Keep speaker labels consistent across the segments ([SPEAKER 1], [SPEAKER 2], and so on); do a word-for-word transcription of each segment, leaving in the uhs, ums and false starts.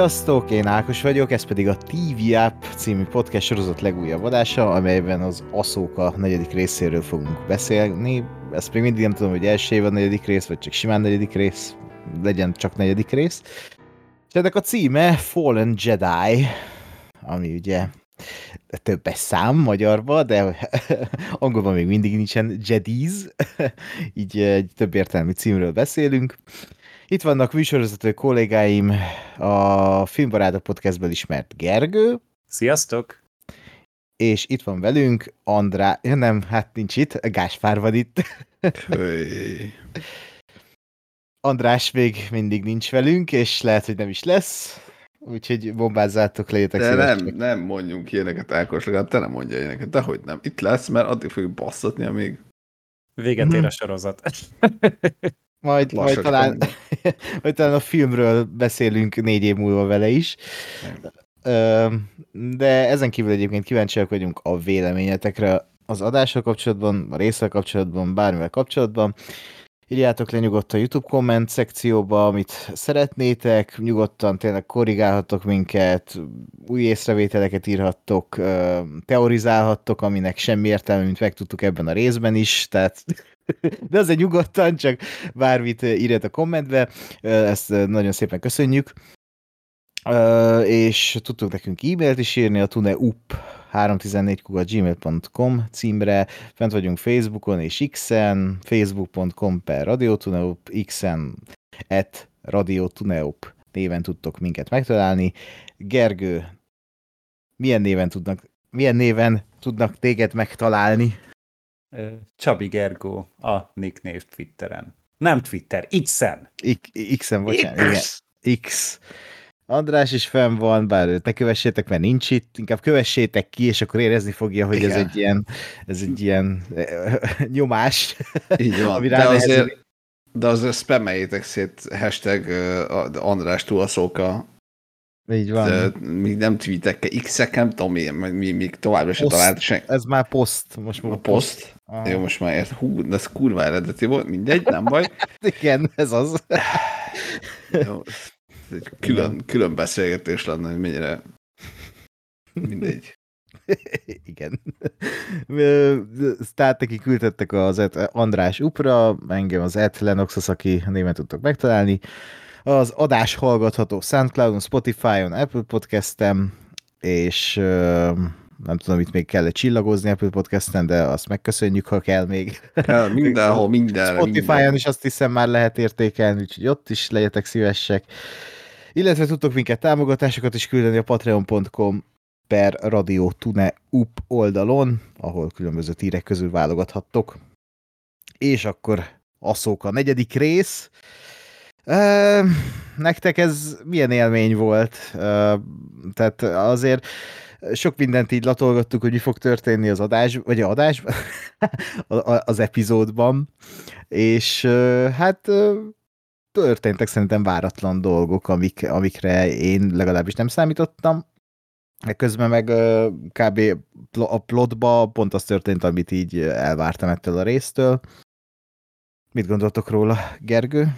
[SPEAKER 1] Sziasztok, én Ákos vagyok, ez pedig a té vé App című podcast sorozat legújabb adása, amelyben az Ahsoka negyedik részéről fogunk beszélni. Ezt még mindig nem tudom, hogy első év a negyedik rész, vagy csak simán negyedik rész, legyen csak negyedik rész. És ennek a címe Fallen Jedi, ami ugye többes szám magyarban, de angolban még mindig nincsen Jedis, így egy több értelmű címről beszélünk. Itt vannak műsorvezető kollégáim, a Filmbarátok podcastből ismert Gergő.
[SPEAKER 2] Sziasztok!
[SPEAKER 1] És itt van velünk Andrá... Ja, nem, hát nincs itt, Gáspár van itt.
[SPEAKER 3] Hey.
[SPEAKER 1] András még mindig nincs velünk, és lehet, hogy nem is lesz. Úgyhogy bombázzátok, legyetek
[SPEAKER 3] De
[SPEAKER 1] szívesek.
[SPEAKER 3] nem, nem mondjunk ilyeneket, Ákos, legalább te nem mondja ilyeneket, de hogy nem. Itt lesz, mert addig fogjuk basszatni, amíg...
[SPEAKER 2] Véget ér a sorozat.
[SPEAKER 1] Majd, majd, talán, majd talán a filmről beszélünk négy év múlva vele is. De ezen kívül egyébként kíváncsiak vagyunk a véleményetekre az adással kapcsolatban, a résszel kapcsolatban, bármivel kapcsolatban. Írjátok le nyugodtan a YouTube komment szekcióba, amit szeretnétek, nyugodtan tényleg korrigálhattok minket, új észrevételeket írhattok, teorizálhattok, aminek semmi értelme, mint megtudtuk ebben a részben is, tehát de azért nyugodtan, csak bármit írjat a kommentbe, ezt nagyon szépen köszönjük. És tudtunk nekünk e-mailt is írni a tuneup háromszáztizennégy kukac gmail pont com címre, fent vagyunk Facebookon és X-en, facebook pont com per radiotuneup, X-en at radiotuneup néven tudtok minket megtalálni. Gergő, milyen néven tudnak, milyen néven tudnak téged megtalálni?
[SPEAKER 2] Csabi Gergó, a nicknév Twitteren. Nem Twitter, X-en.
[SPEAKER 1] X-en, bocsánat. Igen. X. András is fenn van, bár ne kövessétek, mert nincs itt, inkább kövessétek ki, és akkor érezni fogja, hogy ez egy ilyen, ez egy ilyen nyomás.
[SPEAKER 3] Így van, de azért, de azért spameljétek szét hashtag uh, András túl Ahsoka.
[SPEAKER 1] Így van.
[SPEAKER 3] Még nem tweetekkel, X-ek, nem tudom, mi, mi, még továbbra se talált senki.
[SPEAKER 1] Ez már poszt. Most
[SPEAKER 3] a poszt? Aha. Jó, most már ért. Hú, de ez kurva eredeti volt, mindegy, nem baj.
[SPEAKER 1] Igen, ez az.
[SPEAKER 3] Jó. Egy külön, külön beszélgetés lenne, hogy mennyire mindegy.
[SPEAKER 1] Igen. Tehát neki küldtettek az András Upra, engem az et Lenoxos, aki néven tudtok megtalálni. Az adás hallgatható SoundCloudon, Spotify-on, Apple Podcast-en, és nem tudom, itt még kell csillagozni Apple Podcast-en, de azt megköszönjük, ha kell még.
[SPEAKER 3] Kell, mindenhol, mindenre.
[SPEAKER 1] Spotify-on
[SPEAKER 3] minden.
[SPEAKER 1] is azt hiszem már lehet értékelni, úgyhogy ott is legyetek szívesek. Illetve tudtok minket támogatásokat is küldeni a patreon pont com per radiotuneup oldalon, ahol különböző tírek közül válogathattok. És akkor Ahsoka negyedik rész. Uh, nektek ez milyen élmény volt? Uh, tehát azért sok mindent így latolgattuk, hogy mi fog történni az adás, vagy a adásban, az epizódban, és uh, hát uh, történtek szerintem váratlan dolgok, amik, amikre én legalábbis nem számítottam. Közben meg uh, kb. A plotba pont az történt, amit így elvártam ettől a résztől. Mit gondoltok róla, Gergő?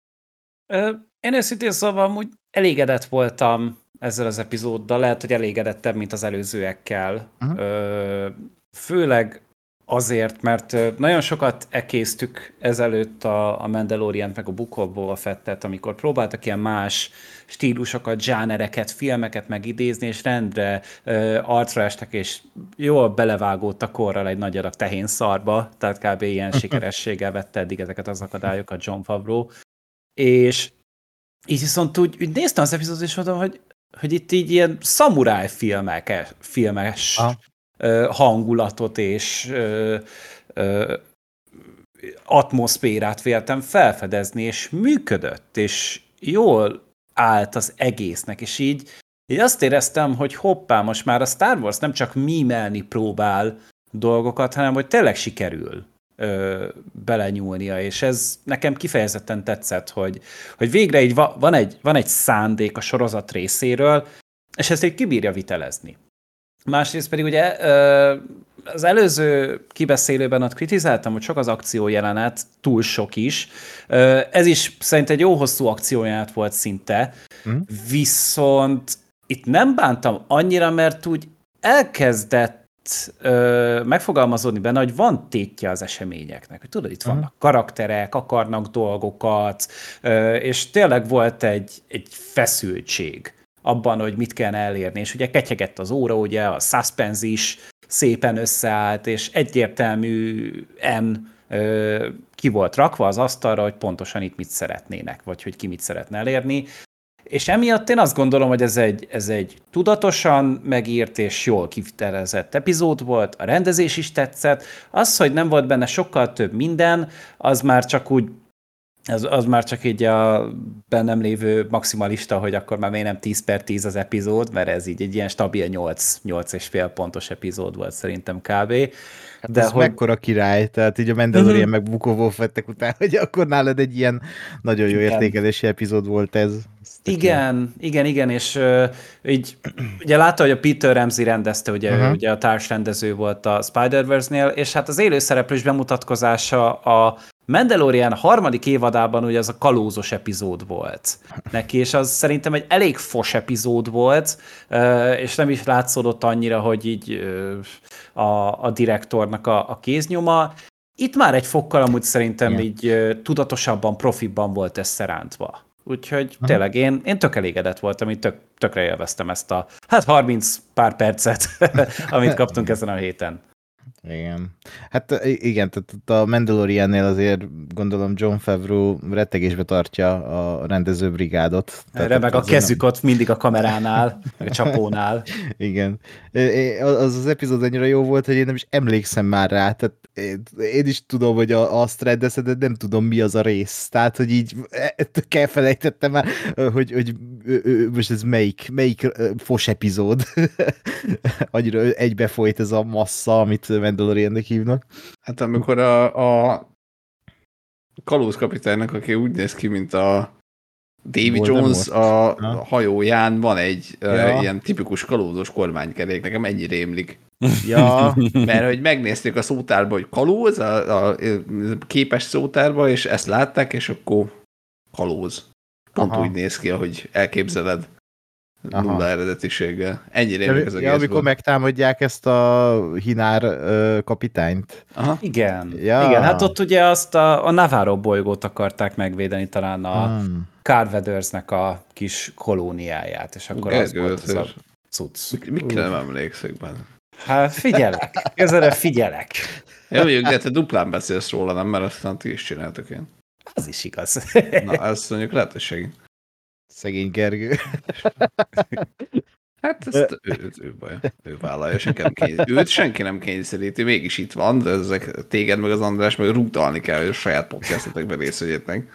[SPEAKER 2] Én őszintén szóval amúgy elégedett voltam ezzel az epizóddal, lehet, hogy elégedettebb, mint az előzőekkel. Uh-huh. Főleg azért, mert nagyon sokat ekésztük ezelőtt a, a Mandalorian meg a Book of Boba Fettet, amikor próbáltak ilyen más stílusokat, zsánereket, filmeket megidézni, és rendre ö, arcra estek, és jól belevágódtak korral egy nagy adag tehén szarba, tehát kb. Ilyen sikerességgel vette eddig ezeket az akadályokat Jon Favreau. És így viszont úgy, úgy néztem az epizódot, és mondom, hogy, hogy itt így ilyen szamuráj filmek, filmes ah. ö, hangulatot és ö, ö, atmoszférát véltem felfedezni, és működött, és jól állt az egésznek, és így, így azt éreztem, hogy hoppá, most már a Star Wars nem csak mímelni próbál dolgokat, hanem hogy tényleg sikerül ö, belenyúlnia, és ez nekem kifejezetten tetszett, hogy, hogy végre így va, van, egy, van egy szándék a sorozat részéről, és ezt így kibírja vitelezni. Másrészt pedig ugye ö, az előző kibeszélőben ott kritizáltam, hogy sok az akciójelenet, túl sok is. Ö, ez is szerint egy jó hosszú akciójelenet volt szinte, uh-huh. viszont itt nem bántam annyira, mert úgy elkezdett ö, megfogalmazódni benne, hogy van tétje az eseményeknek. Hogy tudod, itt vannak uh-huh. karakterek, akarnak dolgokat, ö, és tényleg volt egy, egy feszültség abban, hogy mit kell elérni, és ugye ketyegett az óra, ugye a suspense is szépen összeállt, és egyértelműen ö, ki volt rakva az asztalra, hogy pontosan itt mit szeretnének, vagy hogy ki mit szeretne elérni. És emiatt én azt gondolom, hogy ez egy, ez egy tudatosan megírt és jól kivitelezett epizód volt, a rendezés is tetszett. Az, hogy nem volt benne sokkal több minden, az már csak úgy, az, az már csak így a bennem lévő maximalista, hogy akkor már még nem tíz per tíz az epizód, mert ez így egy ilyen stabil nyolc, nyolc és fél pontos epizód volt szerintem kb.
[SPEAKER 1] Hát de ez hogy... mekkora király, tehát így a Mandalorian uh-huh. meg Book of Boba Fettek után, hogy akkor nálad egy ilyen nagyon jó igen. értékelési epizód volt ez.
[SPEAKER 2] Igen, igen, igen, és uh, így ugye látta, hogy a Peter Ramsey rendezte, ugye, uh-huh. ugye a társrendező volt a Spider-Verse-nél, és hát az élőszereplős bemutatkozása a Mandalorian harmadik évadában ugye az a kalózos epizód volt neki, és az szerintem egy elég fos epizód volt, és nem is látszódott annyira, hogy így a, a direktornak a, a kéznyoma. Itt már egy fokkal amúgy szerintem igen. így tudatosabban, profibban volt összerántva. Úgyhogy aha. tényleg én, én tök elégedett voltam, így tök, tökre élveztem ezt a hát harminc pár percet, amit kaptunk ezen a héten.
[SPEAKER 1] Igen. Hát igen, tehát a Mandaloriannél azért gondolom Jon Favreau rettegésbe tartja a rendezőbrigádot.
[SPEAKER 2] Erre meg a kezük ott mindig a kameránál, meg a csapónál.
[SPEAKER 1] Igen. Az az epizód annyira jó volt, hogy én nem is emlékszem már rá, tehát én is tudom, hogy azt rendezed, de nem tudom, mi az a rész. Tehát, hogy így elfelejtettem már, hogy, hogy most ez melyik, melyik fos epizód. Annyira egybefolyt ez a massza, amit Mandaloriannek hívnak.
[SPEAKER 3] Hát amikor a, a kalózkapitánynak, aki úgy néz ki, mint a Davy Voldemort. Jones a ha. hajóján van egy ja. uh, ilyen tipikus kalózos kormánykerék, nekem ennyi rémlik. Ja, mert hogy megnézték a szótárba, hogy kalóz, a, a képes szótárba, és ezt látták, és akkor kalóz. Pont aha. úgy néz ki, ahogy elképzeled. Aha. Nulla eredetiséggel. Ennyi rémlik az egészből.
[SPEAKER 1] Ja, amikor megtámadják ezt a Hinár uh, kapitányt.
[SPEAKER 2] Aha. Igen. Ja. Igen, hát ott ugye azt a, a Navarro bolygót akarták megvédeni, talán a hmm. Carvedersnek a kis kolóniáját, és akkor az volt az a cucc.
[SPEAKER 3] Mikre nem emlékszek benne?
[SPEAKER 2] Hát figyelek. Ezzel figyelek.
[SPEAKER 3] Jó, mondjuk, de te duplán beszélsz róla, nem? Mert aztán ti is csináltak én.
[SPEAKER 2] Az is igaz.
[SPEAKER 3] Na, ezt mondjuk lehet, hogy segít.
[SPEAKER 1] Szegény Gergő.
[SPEAKER 3] Hát ezt ő, ő, ő baj, ő vállalja, senki nem kény... őt senki nem kényszeríti, mégis itt van, de ezek téged meg az András meg rúgdalni kell, hogy a saját podcastetekben részt vegyétek.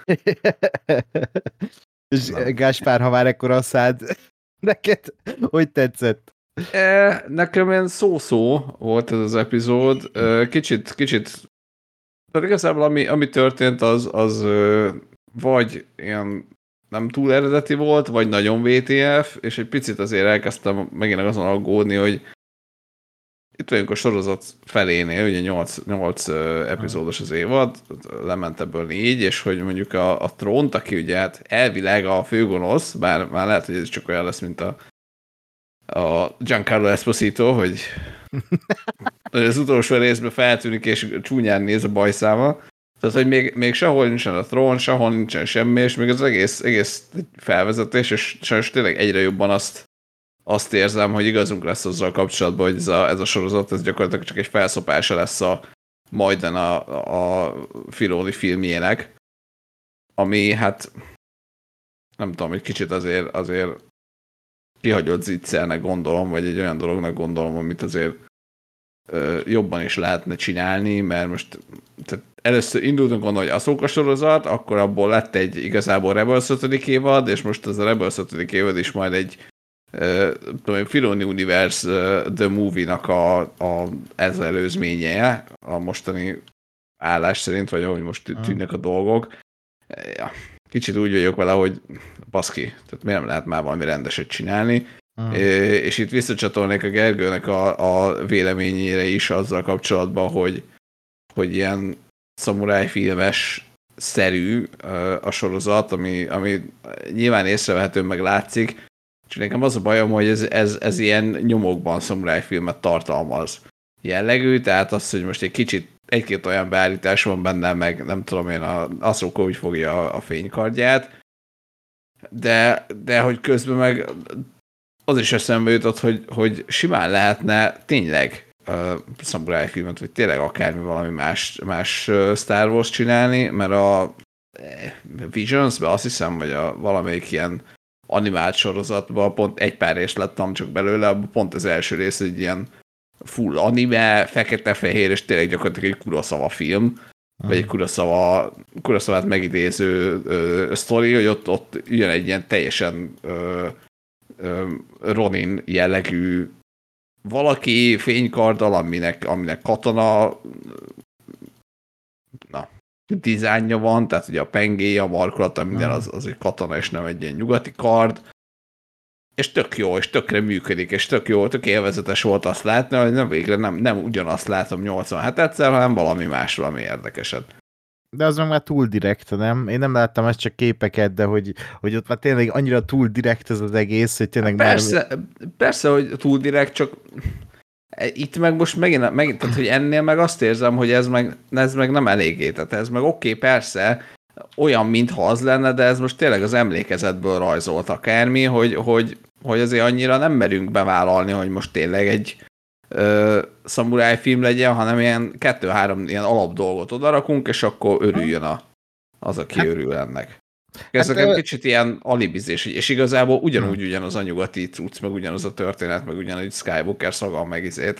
[SPEAKER 1] És Gáspár, ha már ekkora a szád, neked hogy tetszett?
[SPEAKER 3] E, nekem ilyen szó-szó volt ez az epizód, kicsit, kicsit, tehát igazából ami, ami történt, az, az vagy ilyen nem túl eredeti volt, vagy nagyon vé té ef, és egy picit azért elkezdtem megint azon aggódni, hogy itt vagyunk a sorozat felénél, ugye nyolc epizódos az évad, lement ebből négy, és hogy mondjuk a, a Trónt, aki ugye hát elvileg a főgonosz, bár már lehet, hogy ez csak olyan lesz, mint a, a Giancarlo Esposito, hogy az utolsó részben feltűnik, és csúnyán néz a bajszáma. Tehát, hogy még, még sehol nincsen a trón, sehol nincsen semmi, és még az egész, egész felvezetés, és sajnos tényleg egyre jobban azt, azt érzem, hogy igazunk lesz azzal kapcsolatban, hogy ez a, ez a sorozat, ez gyakorlatilag csak egy felszopása lesz a majdan a, a Filoni filmjének, ami hát nem tudom, egy kicsit azért, azért kihagyott zicsernek gondolom, vagy egy olyan dolognak gondolom, amit azért ö, jobban is lehetne csinálni, mert most tehát először indultunk onnan, hogy Ahsoka sorozat, akkor abból lett egy igazából Rebels ötödik évad, és most ez a Rebels ötödik évad is majd egy uh, tudom, Filoni Universe uh, The Movie-nak a, a ez előzménye, a mostani állás szerint, vagy ahogy most tűnnek a dolgok. Ja, kicsit úgy vagyok vele, hogy baszki, tehát miért nem lehet már valami rendeset csinálni. Mm. És itt visszacsatolnék a Gergőnek a, a véleményére is azzal kapcsolatban, hogy, hogy ilyen szamuráj filmes szerű a sorozat, ami, ami nyilván észrevehető, meg látszik, és nekem az a bajom, hogy ez, ez, ez ilyen nyomokban szamurájfilmet tartalmaz jellegű, tehát az, hogy most egy kicsit egy-két olyan beállítás van benne, meg nem tudom én, a Ahsoka úgy fogja a, a fénykardját, de, de hogy közben meg az is eszembe jutott, hogy, hogy simán lehetne tényleg uh, szamuráj filmet, vagy tényleg akármi valami más, más uh, Star Wars csinálni, mert a eh, Visions-ben azt hiszem, vagy a valamelyik ilyen animált sorozatban pont egy pár részt láttam csak belőle, pont az első rész egy ilyen full anime, fekete-fehér, és tényleg gyakorlatilag egy Kurosawa film, uh-huh. vagy egy Kurosawa, Kurosawát megidéző uh, sztori, hogy ott, ott jön egy ilyen teljesen uh, uh, Ronin jellegű valaki fénykarddal, aminek, aminek katona na, dizájnja van, tehát ugye a pengéje, a markolata, minden az, az egy katona, és nem egy ilyen nyugati kard, és tök jó, és tökre működik, és tök jó, tök élvezetes volt azt látni, hogy nem végre nem, nem ugyanazt látom nyolcvanhétszer, hanem valami más, valami érdekeset.
[SPEAKER 1] De az meg már túl direkt, nem? Én nem láttam ezt csak képeket, de hogy, hogy ott már tényleg annyira túl direkt ez az egész, hogy tényleg
[SPEAKER 3] persze,
[SPEAKER 1] már...
[SPEAKER 3] Persze, hogy túl direkt, csak itt meg most megint, megint, tehát, hogy ennél meg azt érzem, hogy ez meg, ez meg nem eléggé, tehát ez meg oké, okay, persze, olyan, mintha az lenne, de ez most tényleg az emlékezetből rajzolt akármi, hogy, hogy, hogy azért annyira nem merünk bevállalni, hogy most tényleg egy ö, szamuráj film legyen, hanem ilyen kettő-három ilyen alapdolgot odarakunk, és akkor örüljön a, az, aki hát, örül ennek. Ez hát, nekem ö... kicsit ilyen alibizés, és igazából ugyanúgy hmm. ugyanaz a nyugati cucc, meg ugyanaz a történet, meg ugyanúgy Skywalker szaga, meg izét.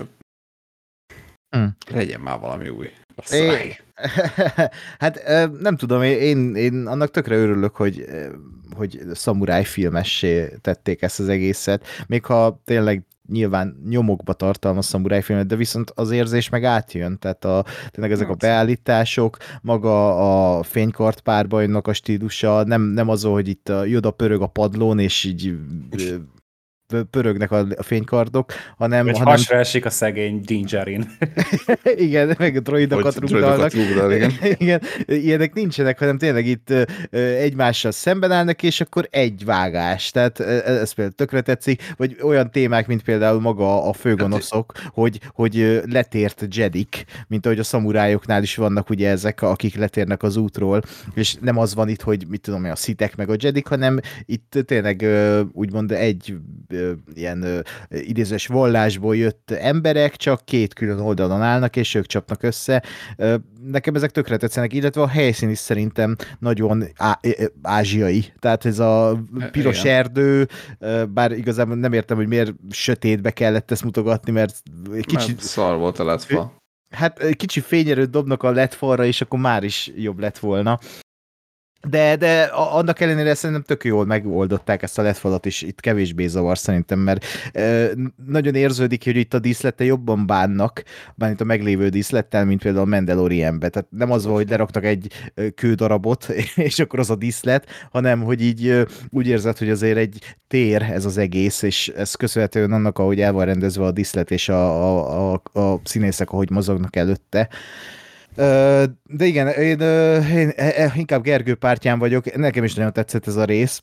[SPEAKER 3] Hmm. Legyen már valami új.
[SPEAKER 1] É, hát nem tudom, én, én annak tökre örülök, hogy, hogy szamuráj filmessé tették ezt az egészet, még ha tényleg nyilván nyomokba tartalmaz szamuráj filmet, de viszont az érzés meg átjön, tehát a, tényleg ezek a beállítások, maga a fénykard párbajnak a stílusa, nem, nem az, hogy itt a Yoda pörög a padlón, és így pörögnek a fénykardok, hanem...
[SPEAKER 2] Vagy
[SPEAKER 1] hanem...
[SPEAKER 2] hasra esik a szegény Din Djarin.
[SPEAKER 1] Igen, meg a droidokat rúgdalnak.
[SPEAKER 3] igen.
[SPEAKER 1] Igen, ilyenek nincsenek, hanem tényleg itt egymással szemben állnak, és akkor egy vágás. Tehát ez például tökre tetszik, vagy olyan témák, mint például maga a főgonoszok, hogy, hogy letért jedik, mint ahogy a szamurájoknál is vannak ugye ezek, akik letérnek az útról, és nem az van itt, hogy mit tudom, a szitek meg a jedik, hanem itt tényleg úgymond egy ilyen idézős vallásból jött emberek, csak két külön oldalon állnak, és ők csapnak össze. Nekem ezek tökre tetszenek, illetve a helyszín is szerintem nagyon á- ázsiai. Tehát ez a piros igen. erdő, bár igazából nem értem, hogy miért sötétbe kellett ezt mutogatni, mert kicsit...
[SPEAKER 3] Mert szar volt a letfa.
[SPEAKER 1] Hát kicsi fényerőt dobnak a letfalra, és akkor már is jobb lett volna. De, de annak ellenére szerintem tök jól megoldották ezt a letfalat, és itt kevésbé zavar szerintem, mert e, nagyon érződik, hogy itt a díszlettel jobban bánnak, bármint a meglévő díszlettel, mint például a Mandalorianbe. Tehát nem az van, hogy leraktak egy kődarabot, és akkor az a díszlet, hanem hogy így úgy érzed, hogy azért egy tér ez az egész, és ez köszönhetően annak, ahogy el van rendezve a díszlet, és a, a, a, a színészek, ahogy mozognak előtte. De igen, én, én inkább Gergő pártján vagyok, nekem is nagyon tetszett ez a rész.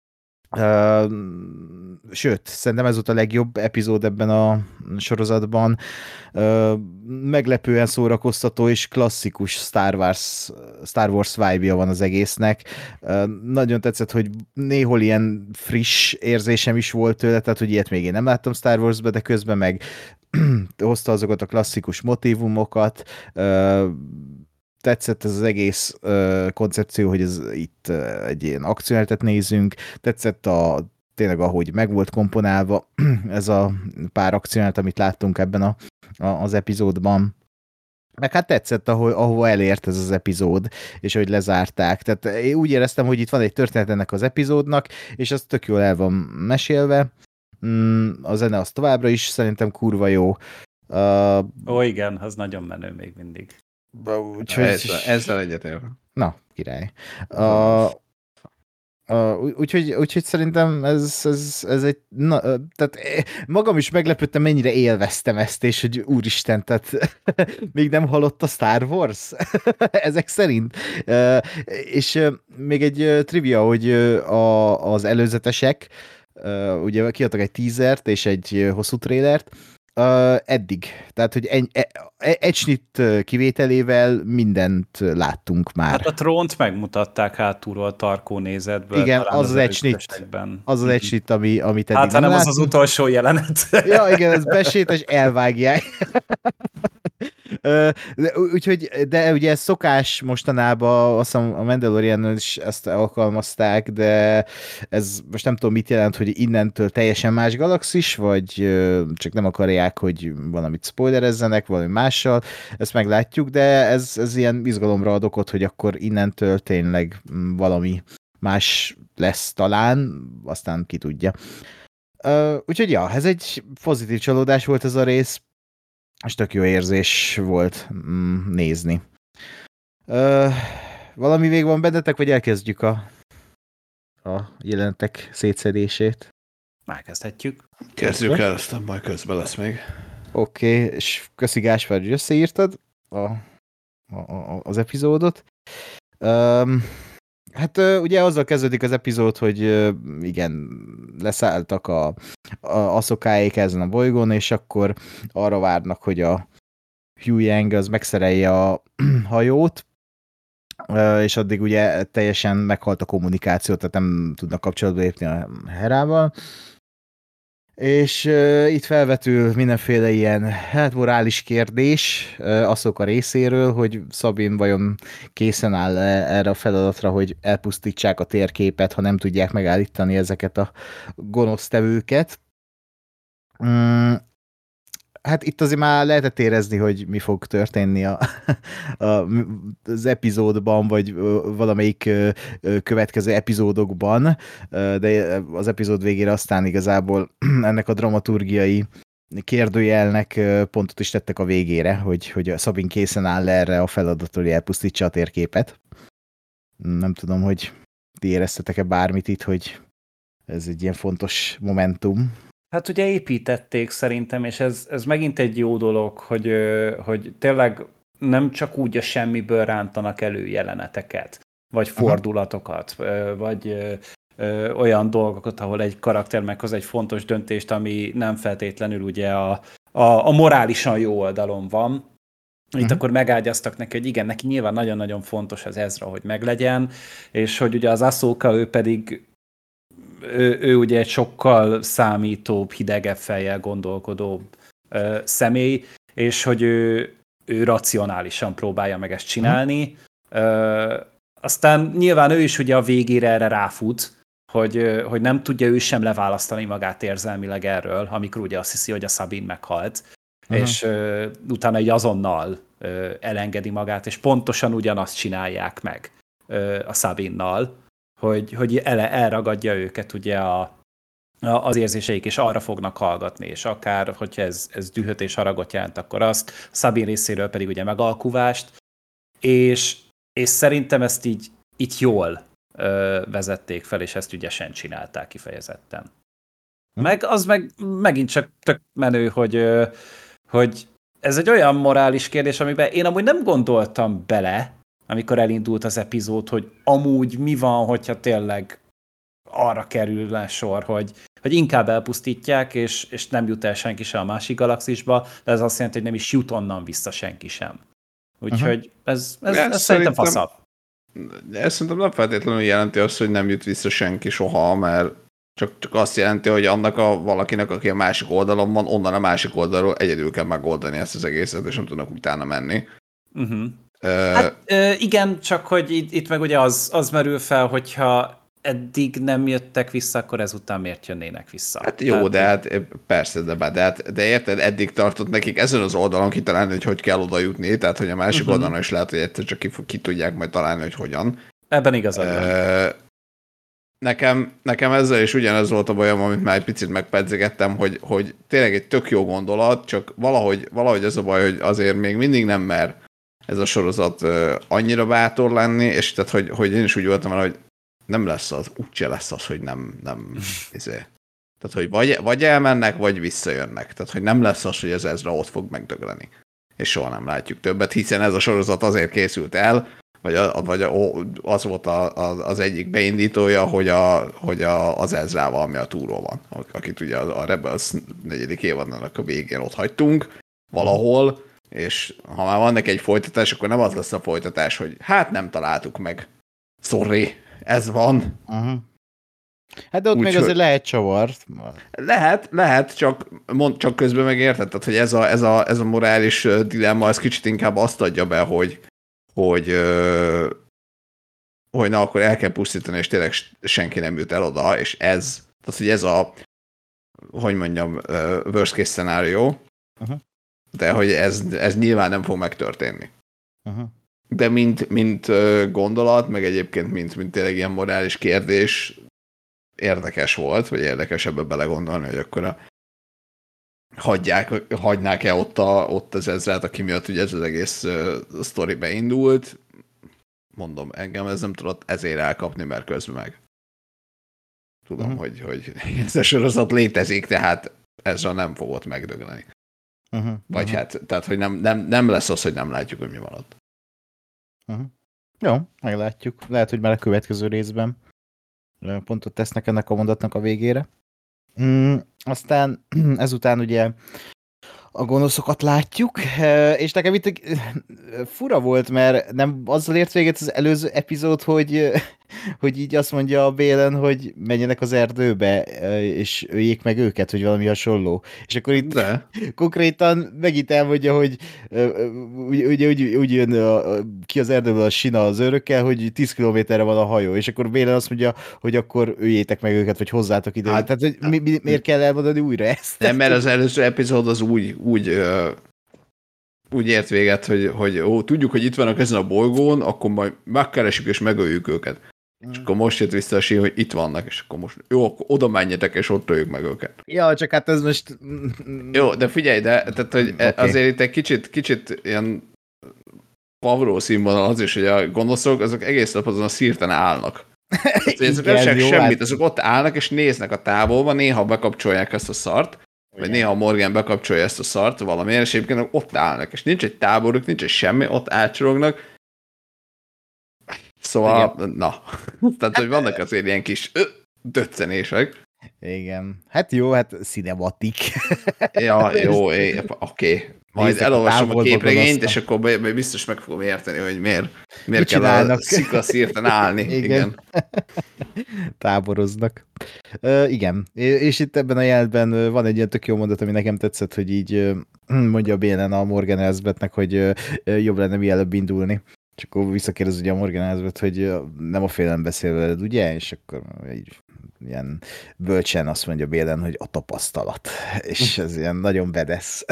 [SPEAKER 1] Sőt, szerintem ez volt a legjobb epizód ebben a sorozatban. Meglepően szórakoztató és klasszikus Star Wars, Star Wars vibe-ja van az egésznek. Nagyon tetszett, hogy néhol ilyen friss érzésem is volt tőle, tehát hogy ilyet még én nem láttam Star Wars-be, de közben meg hozta azokat a klasszikus motívumokat. Tetszett ez az egész uh, koncepció, hogy ez itt uh, egy ilyen akciójelenetet nézünk, tetszett a, tényleg ahogy meg volt komponálva ez a pár akciójelenet, amit láttunk ebben a, a, az epizódban. Meg hát tetszett, ahol, ahova elért ez az epizód, és hogy lezárták. Tehát én úgy éreztem, hogy itt van egy történet ennek az epizódnak, és az tök jól el van mesélve. Mm, a zene az továbbra is szerintem kurva jó. Uh,
[SPEAKER 2] Ó, igen, az nagyon menő még mindig.
[SPEAKER 3] Úgyhogy... Ezzel, ezzel egyetértek.
[SPEAKER 1] Na, király. A, Uh, úgyhogy, úgyhogy szerintem ez, ez, ez egy, na, tehát magam is meglepődtem, mennyire élveztem ezt, és hogy úristen, tehát még nem halott a Star Wars ezek szerint. Uh, és uh, még egy uh, trivia, hogy uh, a, az előzetesek uh, ugye kiadtak egy teasert és egy uh, hosszú trailert, Uh, eddig. Tehát, hogy egy, egy snit kivételével mindent láttunk már.
[SPEAKER 2] Hát a trónt megmutatták hátulról tarkó nézetből.
[SPEAKER 1] Igen, az az egy snit. Az az egy snit, ami, amit eddig
[SPEAKER 2] hát,
[SPEAKER 1] nem
[SPEAKER 2] hanem
[SPEAKER 1] láttunk.
[SPEAKER 2] az az utolsó jelenet.
[SPEAKER 1] Ja, igen, ez besét, és elvágják. De, úgyhogy, de ugye ez szokás mostanában, azt hiszem a Mandalorian is ezt alkalmazták, de ez most nem tudom mit jelent, hogy innentől teljesen más galaxis, vagy csak nem akarják, hogy valamit spoilerezzenek, valami mással, ezt meglátjuk, de ez, ez ilyen izgalomra ad okot, hogy akkor innentől tényleg valami más lesz talán, aztán ki tudja. Úgyhogy ja, ez egy pozitív csalódás volt ez a rész, és tök jó érzés volt mm, nézni. Ö, valami még van bennetek, vagy elkezdjük a, a jelenetek szétszedését?
[SPEAKER 2] Elkezdhetjük.
[SPEAKER 3] Kezdjük el, aztán majd közben lesz még.
[SPEAKER 1] Oké, okay, és köszi Gáspár, hogy összeírtad a, a, a, az epizódot. Um, hát ugye azzal kezdődik az epizód, hogy igen, leszálltak a, a Ahsokáék ezen a bolygón, és akkor arra várnak, hogy a Hugh Yang az megszerelje a hajót, és addig ugye teljesen meghalt a kommunikáció, tehát nem tudnak kapcsolatba lépni a Herával. És uh, itt felvetül mindenféle ilyen hát morális kérdés uh, Ahsoka részéről, hogy Sabine vajon készen áll erre a feladatra, hogy elpusztítsák a térképet, ha nem tudják megállítani ezeket a gonosztevőket. Mm, hát itt azért már lehetett érezni, hogy mi fog történni a, a, az epizódban, vagy valamelyik következő epizódokban, de az epizód végére aztán igazából ennek a dramaturgiai kérdőjelnek pontot is tettek a végére, hogy, hogy Sabine készen áll erre a feladatra, hogy elpusztítsa a térképet. Nem tudom, hogy ti éreztetek-e bármit itt, hogy ez egy ilyen fontos momentum.
[SPEAKER 2] Hát ugye építették szerintem, és ez, ez megint egy jó dolog, hogy, hogy tényleg nem csak úgy a semmiből rántanak elő jeleneteket, vagy fordulatokat, Aha. vagy ö, ö, olyan dolgokat, ahol egy karakter meghoz egy fontos döntést, ami nem feltétlenül ugye a, a, a morálisan jó oldalon van. Itt uh-huh. akkor megágyaztak neki, hogy igen, neki nyilván nagyon-nagyon fontos az Ezra, hogy meglegyen, és hogy ugye az Ahsoka, ő pedig Ő, ő ugye egy sokkal számítóbb, hidegebb fejjel gondolkodóbb ö, személy, és hogy ő, ő racionálisan próbálja meg ezt csinálni. Ö, aztán nyilván ő is ugye a végére erre ráfut, hogy, hogy nem tudja ő sem leválasztani magát érzelmileg erről, amikor ugye azt hiszi, hogy a Sabine meghalt, uh-huh. és ö, utána így azonnal ö, elengedi magát, és pontosan ugyanazt csinálják meg ö, a Sabine-nal, hogy, hogy ele, elragadja őket ugye a, a, az érzéseik, és arra fognak hallgatni, és akár, hogyha ez, ez dühöt és haragot jelent, akkor azt, Sabine részéről pedig ugye megalkuvást, és, és szerintem ezt így, így jól ö, vezették fel, és ezt ügyesen csinálták kifejezetten. Meg az meg megint csak tök menő, hogy, ö, hogy ez egy olyan morális kérdés, amiben én amúgy nem gondoltam bele, amikor elindult az epizód, hogy amúgy mi van, hogyha tényleg arra kerül sor, hogy, hogy inkább elpusztítják, és, és nem jut el senki sem a másik galaxisba, de ez azt jelenti, hogy nem is jut onnan vissza senki sem. Úgyhogy uh-huh. ez, ez, ez, ez szerintem faszabb.
[SPEAKER 3] Ez szerintem nem feltétlenül jelenti azt, hogy nem jut vissza senki soha, mert csak, csak azt jelenti, hogy annak a valakinek, aki a másik oldalon van, onnan a másik oldalról egyedül kell megoldani ezt az egészet, és nem tudnak utána menni.
[SPEAKER 2] Uh-huh. Hát ö, igen, csak hogy itt, itt meg ugye az, az merül fel, hogyha eddig nem jöttek vissza, akkor ezután miért jönnének vissza?
[SPEAKER 3] Hát jó, Tehát, de hát persze, de, de, hát, de érted, eddig tartott nekik ezen az oldalon kitalálni, hogy hogy kell oda jutni, tehát hogy a másik uh-huh. oldalon is lehet, hogy egyszer csak ki, ki tudják majd találni, hogy hogyan.
[SPEAKER 2] Ebben igazad van.
[SPEAKER 3] Nekem, nekem ezzel is ugyanez volt a bajom, amit már egy picit megpedzegettem, hogy, hogy tényleg egy tök jó gondolat, csak valahogy, valahogy ez a baj, hogy azért még mindig nem mer ez a sorozat uh, annyira bátor lenni, és tehát, hogy, hogy én is úgy voltam el, hogy nem lesz az, úgyse lesz az, hogy nem, nem izé. Tehát, hogy vagy, vagy elmennek, vagy visszajönnek. Tehát, hogy nem lesz az, hogy az Ezra ott fog megdögleni. És soha nem látjuk többet, hiszen ez a sorozat azért készült el, vagy, a, vagy a, az volt a, a, az egyik beindítója, hogy, a, hogy a, az Ezrával, ami a túró van, akit ugye a, a Rebels negyedik évadnak a végén ott hagytunk valahol, és ha már van neki egy folytatás, akkor nem az lesz a folytatás, hogy hát nem találtuk meg. Sorry, ez van.
[SPEAKER 1] Uh-huh. Hát de ott
[SPEAKER 3] Úgy,
[SPEAKER 1] még
[SPEAKER 3] hogy...
[SPEAKER 1] azért lehet csavart.
[SPEAKER 3] Lehet, lehet, csak, mond, csak közben megérted, tehát, hogy ez a, ez, a, ez a morális dilemma, ez kicsit inkább azt adja be, hogy hogy, hogy na, akkor el kell pusztítani, és tényleg senki nem jut el oda, és ez, tehát, hogy ez a, hogy mondjam, worst case scenario, uh-huh. de hogy ez, ez nyilván nem fog megtörténni. Uh-huh. De mint, mint gondolat, meg egyébként mint, mint tényleg ilyen morális kérdés érdekes volt, vagy érdekes ebbe belegondolni, hogy akkor a hagyják, hagynák-e ott, a, ott az Ezrát, aki miatt ugye ez az egész uh, sztori beindult. Mondom, engem ez nem tudott ezért elkapni, mert közben meg tudom, uh-huh. hogy, hogy ez a sorozat létezik, tehát Ezra nem fogott megdögleni. Uh-huh. Vagy uh-huh. hát, tehát, hogy nem, nem, nem lesz az, hogy nem látjuk, hogy mi van ott.
[SPEAKER 1] Uh-huh. Jó, meglátjuk. Lehet, hogy már a következő részben pontot tesznek ennek a mondatnak a végére. Mm, aztán ezután ugye a gonoszokat látjuk, és nekem itt fura volt, mert nem azzal ért véget az előző epizód, hogy, hogy így azt mondja a Bélen, hogy menjenek az erdőbe, és öljék meg őket, vagy valami hasonló. És akkor itt De. konkrétan megint elmondja, hogy ugye úgy, úgy jön a, ki az erdőből a Sina az őrökkel, hogy tíz kilométerre van a hajó, és akkor Bélen azt mondja, hogy akkor öljétek meg őket, vagy hozzátok ide. Hát, Tehát, hogy mi, mi, miért kell elmondani újra ezt?
[SPEAKER 3] Nem, mert az előző epizód az úgy, úgy, uh, úgy ért véget, hogy, hogy ó, tudjuk, hogy itt vannak ezen a bolygón, akkor majd megkeresjük és megöljük őket. Mm. És akkor most jött vissza a sír, hogy itt vannak, és akkor most jó, akkor oda menjetek, és ott öljük meg őket.
[SPEAKER 1] Ja, csak hát ez most...
[SPEAKER 3] Jó, de figyelj, de tehát, hogy okay. azért itt egy kicsit, kicsit ilyen Pavró színvonal az is, hogy a gonoszok, azok egész nap azon a szírten állnak. Tehát, ezek nem semmit, hát... azok ott állnak, és néznek a távolba, néha bekapcsolják ezt a szart, vagy néha a Morgan bekapcsolja ezt a szart valamiért, és egyébként ott állnak, és nincs egy táboruk, nincs egy semmi, ott átcsorognak. Szóval, igen. na, tehát, hogy vannak azért ilyen kis ö, döccenések.
[SPEAKER 1] Igen. Hát jó, hát cinematik.
[SPEAKER 3] Ja, jó, oké. Okay. Majd elolvasom a képregényt, és akkor biztos meg fogom érteni, hogy miért, miért kell a sziklaszírten állni. Igen. igen.
[SPEAKER 1] Táboroznak. Uh, igen. És itt ebben a jelentben van egy ilyen tök jó mondat, ami nekem tetszett, hogy így mondja a Bélen a Morgan Elsbethnek, hogy jobb lenne mielőbb indulni. És akkor visszakérdez ugye a Morgan Elsbeth, hogy nem a félelem beszél veled, ugye? És akkor így ilyen bölcsen azt mondja Bélen, hogy a tapasztalat. És ez ilyen nagyon bedesz.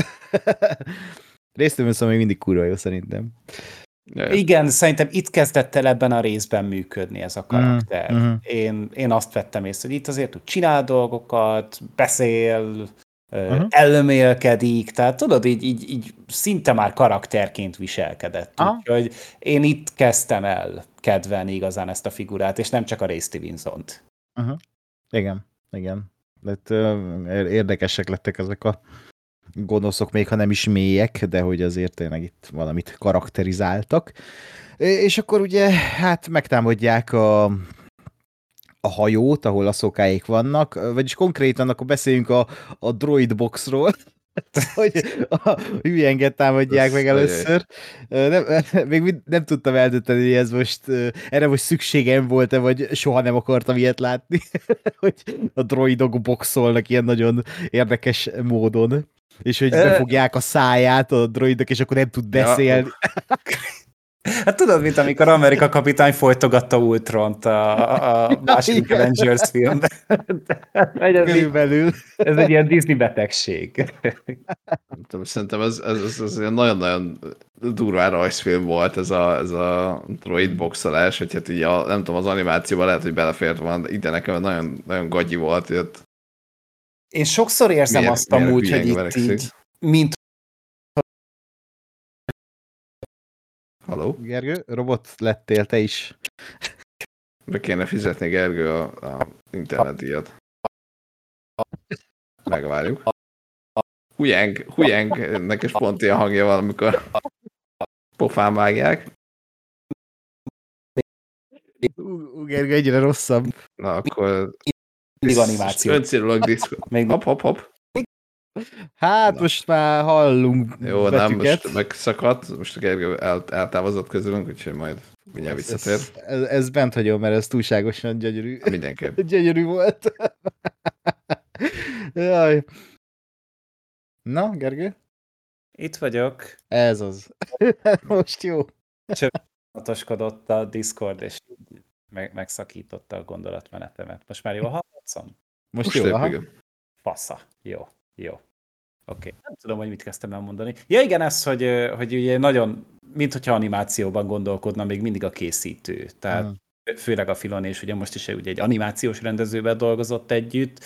[SPEAKER 1] Résztől szóval még mindig kurva jó szerintem.
[SPEAKER 2] Igen, szerintem itt kezdett el ebben a részben működni ez a karakter. Mm-hmm. Én, én azt vettem észre, hogy itt azért tud csinál dolgokat, beszél, uh-huh. elmélkedik, tehát tudod, így, így, így szinte már karakterként viselkedett. Uh-huh. Úgyhogy én itt kezdtem el kedvelni igazán ezt a figurát, és nem csak a Ray Stevenson-t.
[SPEAKER 1] Uh-huh. Igen, igen. Lett, érdekesek lettek ezek a gonoszok, még ha nem is mélyek, de hogy azért tényleg itt valamit karakterizáltak. És akkor ugye, hát megtámadják a, a hajót, ahol a szokáik vannak, vagyis konkrétan akkor beszéljünk a, a droid boxról, hogy a hülyenget támadják meg először. Nem, még nem tudtam eldönteni, hogy ez most, erre most szükségem volt-e, vagy soha nem akartam ilyet látni, hogy a droidok boxolnak ilyen nagyon érdekes módon, és hogy befogják a száját a droidok, és akkor nem tud beszélni. Ja.
[SPEAKER 2] Hát tudod, mint amikor Amerika kapitány folytogatta Ultront a, a második Avengers filmben.
[SPEAKER 1] Körülbelül.
[SPEAKER 2] Ez egy ilyen Disney betegség.
[SPEAKER 3] Szerintem ez, ez, ez, ez nagyon-nagyon durvá rajzfilm volt, ez a, ez a droid boxolás, hogy hát így a, nem tudom, az animációban lehet, hogy belefért van, de ide nekem nagyon, nagyon gagyi volt. Jött.
[SPEAKER 2] Én sokszor érzem miért, azt amúgy, hogy itt így, mint
[SPEAKER 3] Halló?
[SPEAKER 1] Gergő, robot lettél te is.
[SPEAKER 3] Be kéne fizetni, Gergő, a, a internetdíjat. Megvárjuk. Hujeng, Hujengnek is pont ilyen hangja van, amikor pofán vágják.
[SPEAKER 1] Gergő egyre rosszabb.
[SPEAKER 3] Na, akkor...
[SPEAKER 2] Mindig animáció.
[SPEAKER 3] Öncélulak diszkó.
[SPEAKER 2] Még...
[SPEAKER 3] Hopp, hopp, hopp.
[SPEAKER 1] Hát
[SPEAKER 3] Na.
[SPEAKER 1] most már hallunk
[SPEAKER 3] Jó,
[SPEAKER 1] betűket.
[SPEAKER 3] nem, most megszakadt. Most a Gergő el, eltávozott közülünk, úgyhogy majd mindjárt visszatér.
[SPEAKER 1] Ez, ez, ez bent hagyom, mert ez túlságosan gyönyörű.
[SPEAKER 3] Mindenképp.
[SPEAKER 1] Gyönyörű volt. Jaj. Na, Gergő?
[SPEAKER 2] Itt vagyok.
[SPEAKER 1] Ez az. Most jó.
[SPEAKER 2] Csatoskodott a Discord, és meg, megszakította a gondolatmenetemet. Most már jól hallatszom?
[SPEAKER 1] Most,
[SPEAKER 3] Most
[SPEAKER 1] jó,
[SPEAKER 3] épp,
[SPEAKER 1] aha.
[SPEAKER 3] igen.
[SPEAKER 2] Passza. Jó, jó. Oké. Okay. Nem tudom, hogy mit kezdtem el mondani. Ja igen, ez, hogy, hogy ugye nagyon, mint hogyha animációban gondolkodna még mindig a készítő. Tehát hmm. főleg a Filon, és ugye most is ugye egy animációs rendezővel dolgozott együtt.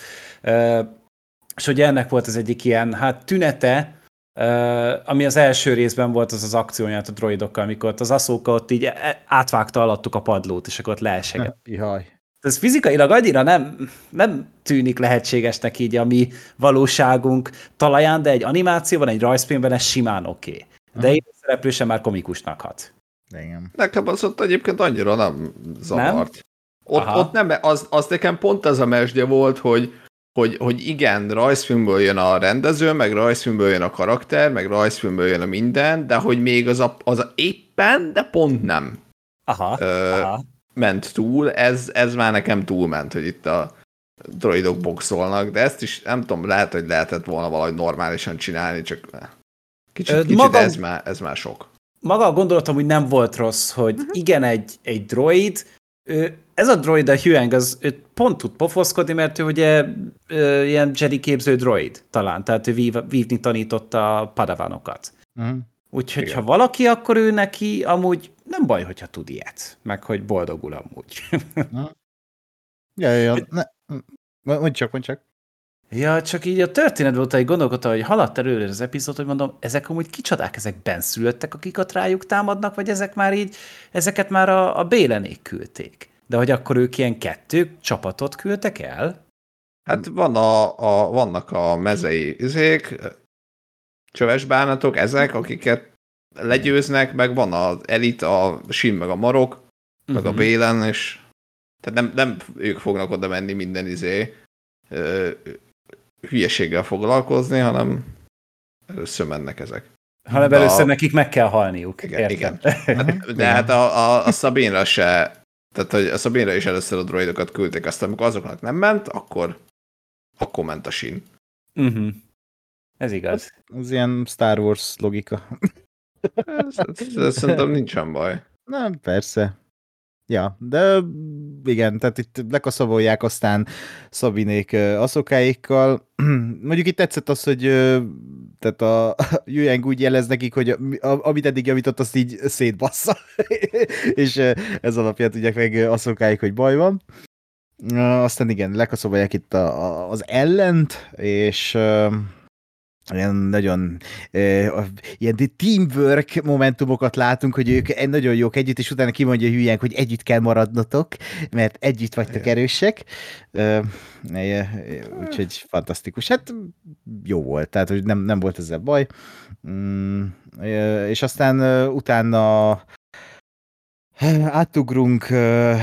[SPEAKER 2] És ugye ennek volt az egyik ilyen, hát tünete, ami az első részben volt, az az akcióját a droidokkal, amikor az Ahsoka ott így átvágta alattuk a padlót, és akkor ott leesegett.
[SPEAKER 1] Jaj. Ez
[SPEAKER 2] fizikailag annyira nem, nem tűnik lehetségesnek így a mi valóságunk talaján, de egy animációban, egy rajzfilmben ez simán oké. Okay. De én a szereplő sem már komikusnak hat.
[SPEAKER 1] Igen.
[SPEAKER 3] Nekem az ott egyébként annyira nem zavart.
[SPEAKER 2] Nem?
[SPEAKER 3] Ott, ott nem, az, az nekem pont az a mesdje volt, hogy, hogy, hogy igen, rajzfilmből jön a rendező, meg rajzfilmből jön a karakter, meg rajzfilmből jön a minden, de hogy még az a, az a éppen, de pont nem.
[SPEAKER 2] Aha,
[SPEAKER 3] Ö,
[SPEAKER 2] aha.
[SPEAKER 3] ment túl, ez, ez már nekem túlment, hogy itt a droidok boxolnak, de ezt is nem tudom, lehet, hogy lehetett volna valahogy normálisan csinálni, csak kicsit, kicsit
[SPEAKER 2] Maga,
[SPEAKER 3] ez, már, ez már sok.
[SPEAKER 2] Maga a gondolatom úgy nem volt rossz, hogy igen, egy, egy droid, ez a droid, a Huyang, az ő pont tud pofoszkodni, mert ő ugye ilyen Jedi képző droid talán, tehát ő vív, vívni tanította a padavanokat. Uh-huh. Úgyhogy igen. Ha valaki, akkor ő neki amúgy nem baj, hogyha tud ilyet, meg hogy boldogul amúgy.
[SPEAKER 1] ja, ja, ne, mondj csak, mondj csak.
[SPEAKER 2] Ja, csak így a történetben volt, hogy gondolkodtam, hogy haladt előre az epizód, hogy mondom, ezek amúgy kicsodák, ezek benszülöttek, akik ott rájuk támadnak, vagy ezek már így, ezeket már a, a Bélenék küldték. De hogy akkor ők ilyen kettő csapatot küldtek el?
[SPEAKER 3] Hát van a, a, vannak a mezei izék, csöves bánatok, ezek, akiket legyőznek, meg van az elit, a Sin, meg a Marok, uh-huh. meg a Bélen, és tehát nem, nem ők fognak oda menni minden izé ö, hülyeséggel foglalkozni, hanem először mennek ezek.
[SPEAKER 2] Hanem de először a... nekik meg kell halniuk.
[SPEAKER 3] Igen, igen. Hát, de hát a, a, a Sabine-ra se, tehát hogy a Sabine-ra is először a droidokat küldték, aztán amikor azoknak nem ment, akkor, akkor ment a Sin.
[SPEAKER 2] Uh-huh. Ez igaz.
[SPEAKER 1] Ez ilyen Star Wars logika.
[SPEAKER 3] ez, ez, ez szerintem nincsen baj.
[SPEAKER 1] Nem, persze. Ja, de igen, tehát itt lekaszabolják aztán Szabinék Ahsokáékkal. Mondjuk itt tetszett az, hogy tehát a Huyang úgy jelez nekik, hogy amit eddig javított, azt így szétbassza. És ez alapján tudják meg Ahsokáik, hogy baj van. Aztán igen, lekaszabolják itt a, a, az ellent, és ilyen nagyon uh, ilyen teamwork momentumokat látunk, hogy ők nagyon jók együtt, és utána kimondja Huyang, hogy együtt kell maradnotok, mert együtt vagytok erősek. Uh, úgyhogy fantasztikus. Hát jó volt, tehát hogy nem, nem volt ezzel baj. Uh, és aztán uh, utána átugrunk, uh,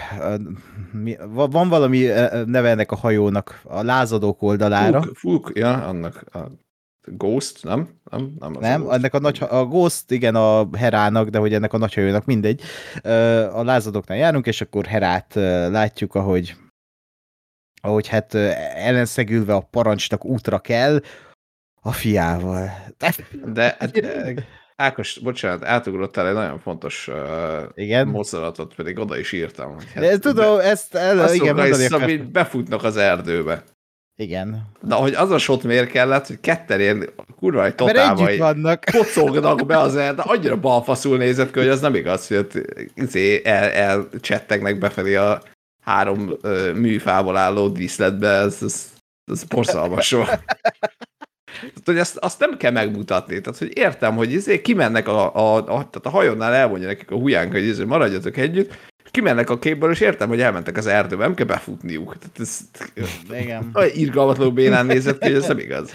[SPEAKER 1] uh, van valami neve ennek a hajónak, a lázadók oldalára.
[SPEAKER 3] Fuk, Fuk, ja, annak a Ghost, nem? Nem, nem, az
[SPEAKER 1] nem a ennek a nagy, a Ghost, igen, a Herának, de hogy ennek a nagyhajónak mindegy. A lázadóknál járunk, és akkor Herát látjuk, ahogy, ahogy hát ellenszegülve a parancsnak útra kell a fiával.
[SPEAKER 3] De, de Ákos, bocsánat, átugrottál egy nagyon fontos uh, mozdulatot, pedig oda is írtam. Hogy hát,
[SPEAKER 1] de, tudom, ezt el, igen, mondani
[SPEAKER 3] akar... befutnak az erdőbe.
[SPEAKER 1] Igen.
[SPEAKER 3] De hogy az a shot miért kellett, hogy ketten érni, kurva egy totálba, egy kocognak be az erdő, annyira balfaszul nézett ki, hogy az nem igaz, hogy izé el, elcsettegnek befelé a három uh, műfából álló díszletbe, ez, ez, ez borzalmas volt. Hogy ezt, azt nem kell megmutatni. Tehát, hogy értem, hogy izé kimennek a, a, a, tehát a hajónál elmondja nekik a Huyang, hogy izé maradjatok együtt, és kimennek a képből, és értem, hogy elmentek az erdőbe, nem kell befutniuk. Tehát ez
[SPEAKER 1] Igen.
[SPEAKER 3] olyan irgalmatlanul bénán nézett ki, hogy ez nem igaz.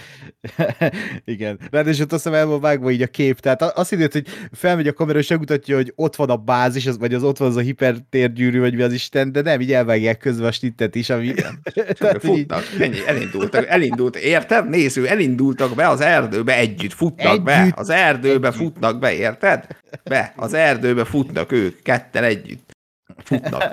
[SPEAKER 1] Igen. Ráadásul azt hiszem el van vágva így a kép, tehát azt időt, hogy felmegy a kamera, és megmutatja, hogy ott van a bázis, az, vagy az ott van az a hipertérgyűrű, vagy mi az Isten, de nem, így elvágják közben a snittet is, ami...
[SPEAKER 3] Tehát, futnak, így... ennyi, elindultak, elindult, érted? Néző, elindultak be az erdőbe együtt, futnak együtt. be, az erdőbe együtt. futnak be, érted? Be, az erdőbe futnak ők, ketten együtt. Futnak.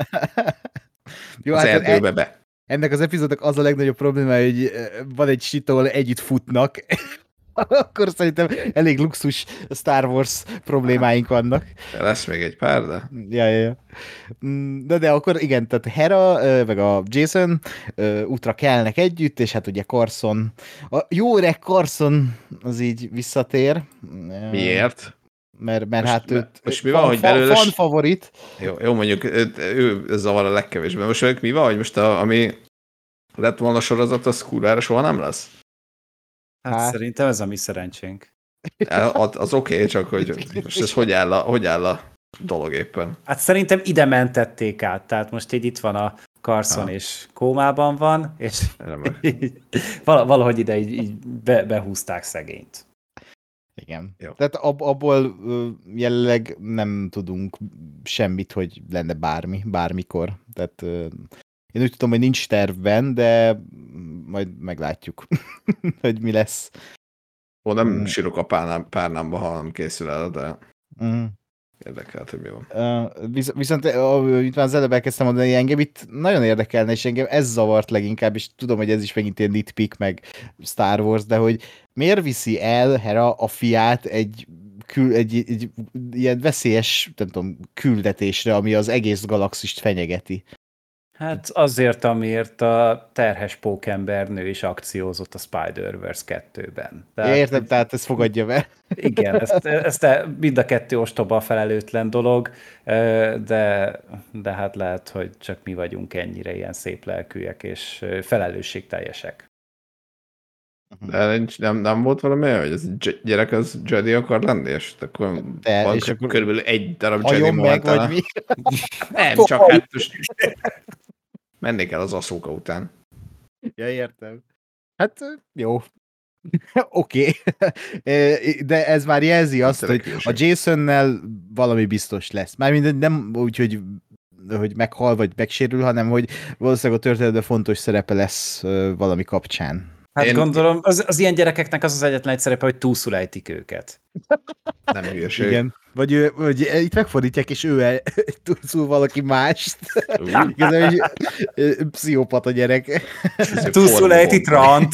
[SPEAKER 3] Jó, az hát erdőbe e... be.
[SPEAKER 1] Ennek az epizódnak az a legnagyobb probléma, hogy van egy shit, ahol együtt futnak. Akkor szerintem elég luxus Star Wars problémáink vannak.
[SPEAKER 3] Lesz még egy pár, de...
[SPEAKER 1] Ja, ja, ja. De, de akkor igen, tehát Hera, meg a Jason útra kelnek együtt, és hát ugye Carson, a jó öreg Carson az így visszatér.
[SPEAKER 3] Miért?
[SPEAKER 1] Mert, mert
[SPEAKER 3] most,
[SPEAKER 1] hát őt
[SPEAKER 3] most mi van, fan, hogy belőle...
[SPEAKER 1] Fan favorit.
[SPEAKER 3] Jó, jó, mondjuk ő zavar a legkevésbé. Most mondjuk mi van, hogy most a, ami lett volna sorozat, az kurvára soha nem lesz?
[SPEAKER 2] Hát, hát szerintem ez a mi szerencsénk.
[SPEAKER 3] Az, az oké, okay, csak hogy most ez hogy áll, a, hogy áll a dolog éppen?
[SPEAKER 2] Hát szerintem ide mentették át, tehát most így itt van a Carson, ha. és kómában van, és így, valahogy ide így, így be, behúzták szegényt.
[SPEAKER 1] Igen. Jó. Tehát ab, abból jelenleg nem tudunk semmit, hogy lenne bármi, bármikor. Tehát én úgy tudom, hogy nincs tervben, de majd meglátjuk, hogy mi lesz.
[SPEAKER 3] Ó, nem mm. sírok a párnám, párnámba, ha nem készül el, de mm. érdekelt, hogy mi van.
[SPEAKER 1] Uh, visz, viszont uh, itt már az előbb elkezdtem mondani, engem itt nagyon érdekelne, és engem ez zavart leginkább, és tudom, hogy ez is megint ilyen nitpick, meg Star Wars, de hogy miért viszi el Hera a fiát egy, kül, egy, egy, egy ilyen veszélyes, nem tudom, küldetésre, ami az egész galaxist fenyegeti?
[SPEAKER 2] Hát azért, amiért a terhes pókembernő is akciózott a Spider-Verse kettőben.
[SPEAKER 1] Tehát, értem, tehát ezt fogadja be.
[SPEAKER 2] Igen, ezt, ezt mind a kettő ostoba felelőtlen dolog, de, de hát lehet, hogy csak mi vagyunk ennyire ilyen szép lelkűek és felelősségteljesek.
[SPEAKER 3] De nincs, nem, nem volt valami, hogy ez gyerek az Jedi akar lenni, és akkor
[SPEAKER 1] de,
[SPEAKER 3] van
[SPEAKER 1] és akkor
[SPEAKER 3] körülbelül egy darab Jedi
[SPEAKER 1] meg, vagy mi?
[SPEAKER 3] Nem, csak hát most menni kell az Ahsoka után.
[SPEAKER 1] Ja, értem. Hát jó. Oké. Okay. De ez már jelzi azt, hogy a Jasonnel valami biztos lesz. Mármint nem úgy, hogy, hogy meghal, vagy megsérül, hanem hogy valószínűleg a történetben fontos szerepe lesz valami kapcsán.
[SPEAKER 2] Hát én... gondolom, az, az ilyen gyerekeknek az az egyetlen egy szerepe, hogy túlszul ejtik őket.
[SPEAKER 3] Nem hülyeség.
[SPEAKER 1] Igen. Vagy, ő, vagy itt megfordítják, és ő el, túlszul valaki mást. Igazán, hogy pszichopata gyerek.
[SPEAKER 2] Túlszul ejti Trant.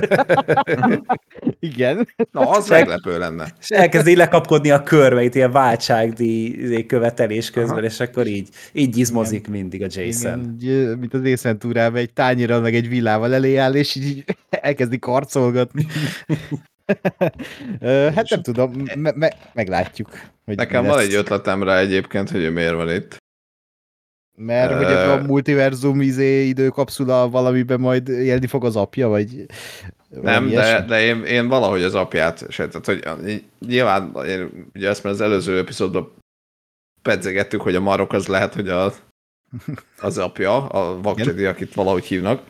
[SPEAKER 1] Igen.
[SPEAKER 3] Na, az meglepő lenne.
[SPEAKER 2] És elkezdi lekapkodni a körveit, ilyen váltságdíj követelés közben, aha, és akkor így, így izmozik igen, mindig a Jason.
[SPEAKER 1] Igen, mint az Ace Venturában, egy tányérral, meg egy villával elé áll, és így elkezdi karcolgatni. Hát nem tudom, me- me- meglátjuk. Hogy
[SPEAKER 3] nekem van egy ötletem rá egyébként, hogy ő miért van itt.
[SPEAKER 1] Mert uh, hogy a multiverzum izé, időkapszula valamiben majd élni fog az apja, vagy...
[SPEAKER 3] Nem, de, de én, én valahogy az apját, sejtett, hogy nyilván, én, ugye ezt már az előző epizódban pedzegettük, hogy a Marok az lehet, hogy a, az apja, a vakcsedi, akit valahogy hívnak.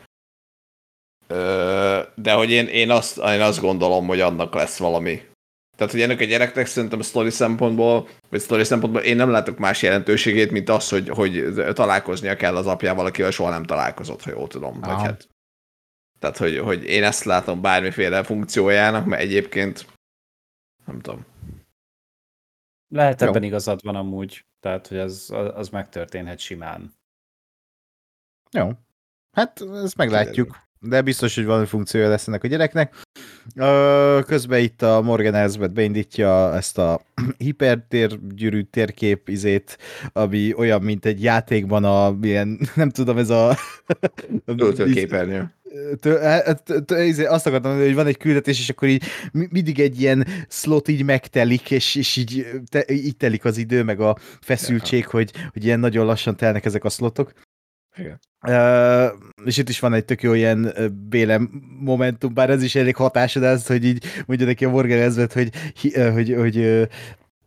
[SPEAKER 3] De hogy én, én, azt, én azt gondolom, hogy annak lesz valami. Tehát, hogy ennek a gyereknek szerintem a sztori szempontból, vagy sztori szempontból én nem látok más jelentőségét, mint az, hogy, hogy találkoznia kell az apjával, akivel soha nem találkozott, ha jól tudom. Vagy hát. Tehát, hogy, hogy én ezt látom bármiféle funkciójának, mert egyébként nem tudom.
[SPEAKER 2] Lehet ebben jó, igazad van amúgy. Tehát, hogy az, az megtörténhet simán.
[SPEAKER 1] Jó. Hát ezt meglátjuk. De biztos, hogy valami funkciója lesz ennek a gyereknek. Közben itt a Morgan Elsbeth beindítja ezt a hipertérgyűrű térkép izét, ami olyan, mint egy játékban a ilyen, nem tudom, ez a...
[SPEAKER 3] Töltőképernyő.
[SPEAKER 1] Azt akartam mondani, hogy van egy küldetés, és akkor így mindig egy ilyen slot így megtelik, és, és így, te, így telik az idő, meg a feszültség, hogy, hogy ilyen nagyon lassan telnek ezek a slotok.
[SPEAKER 3] Igen.
[SPEAKER 1] Uh, és itt is van egy tök jó ilyen uh, Bélem momentum, bár ez is elég hatásod ez, hogy így mondja neki a Morgan Elsbeth, hogy, uh, hogy, hogy uh,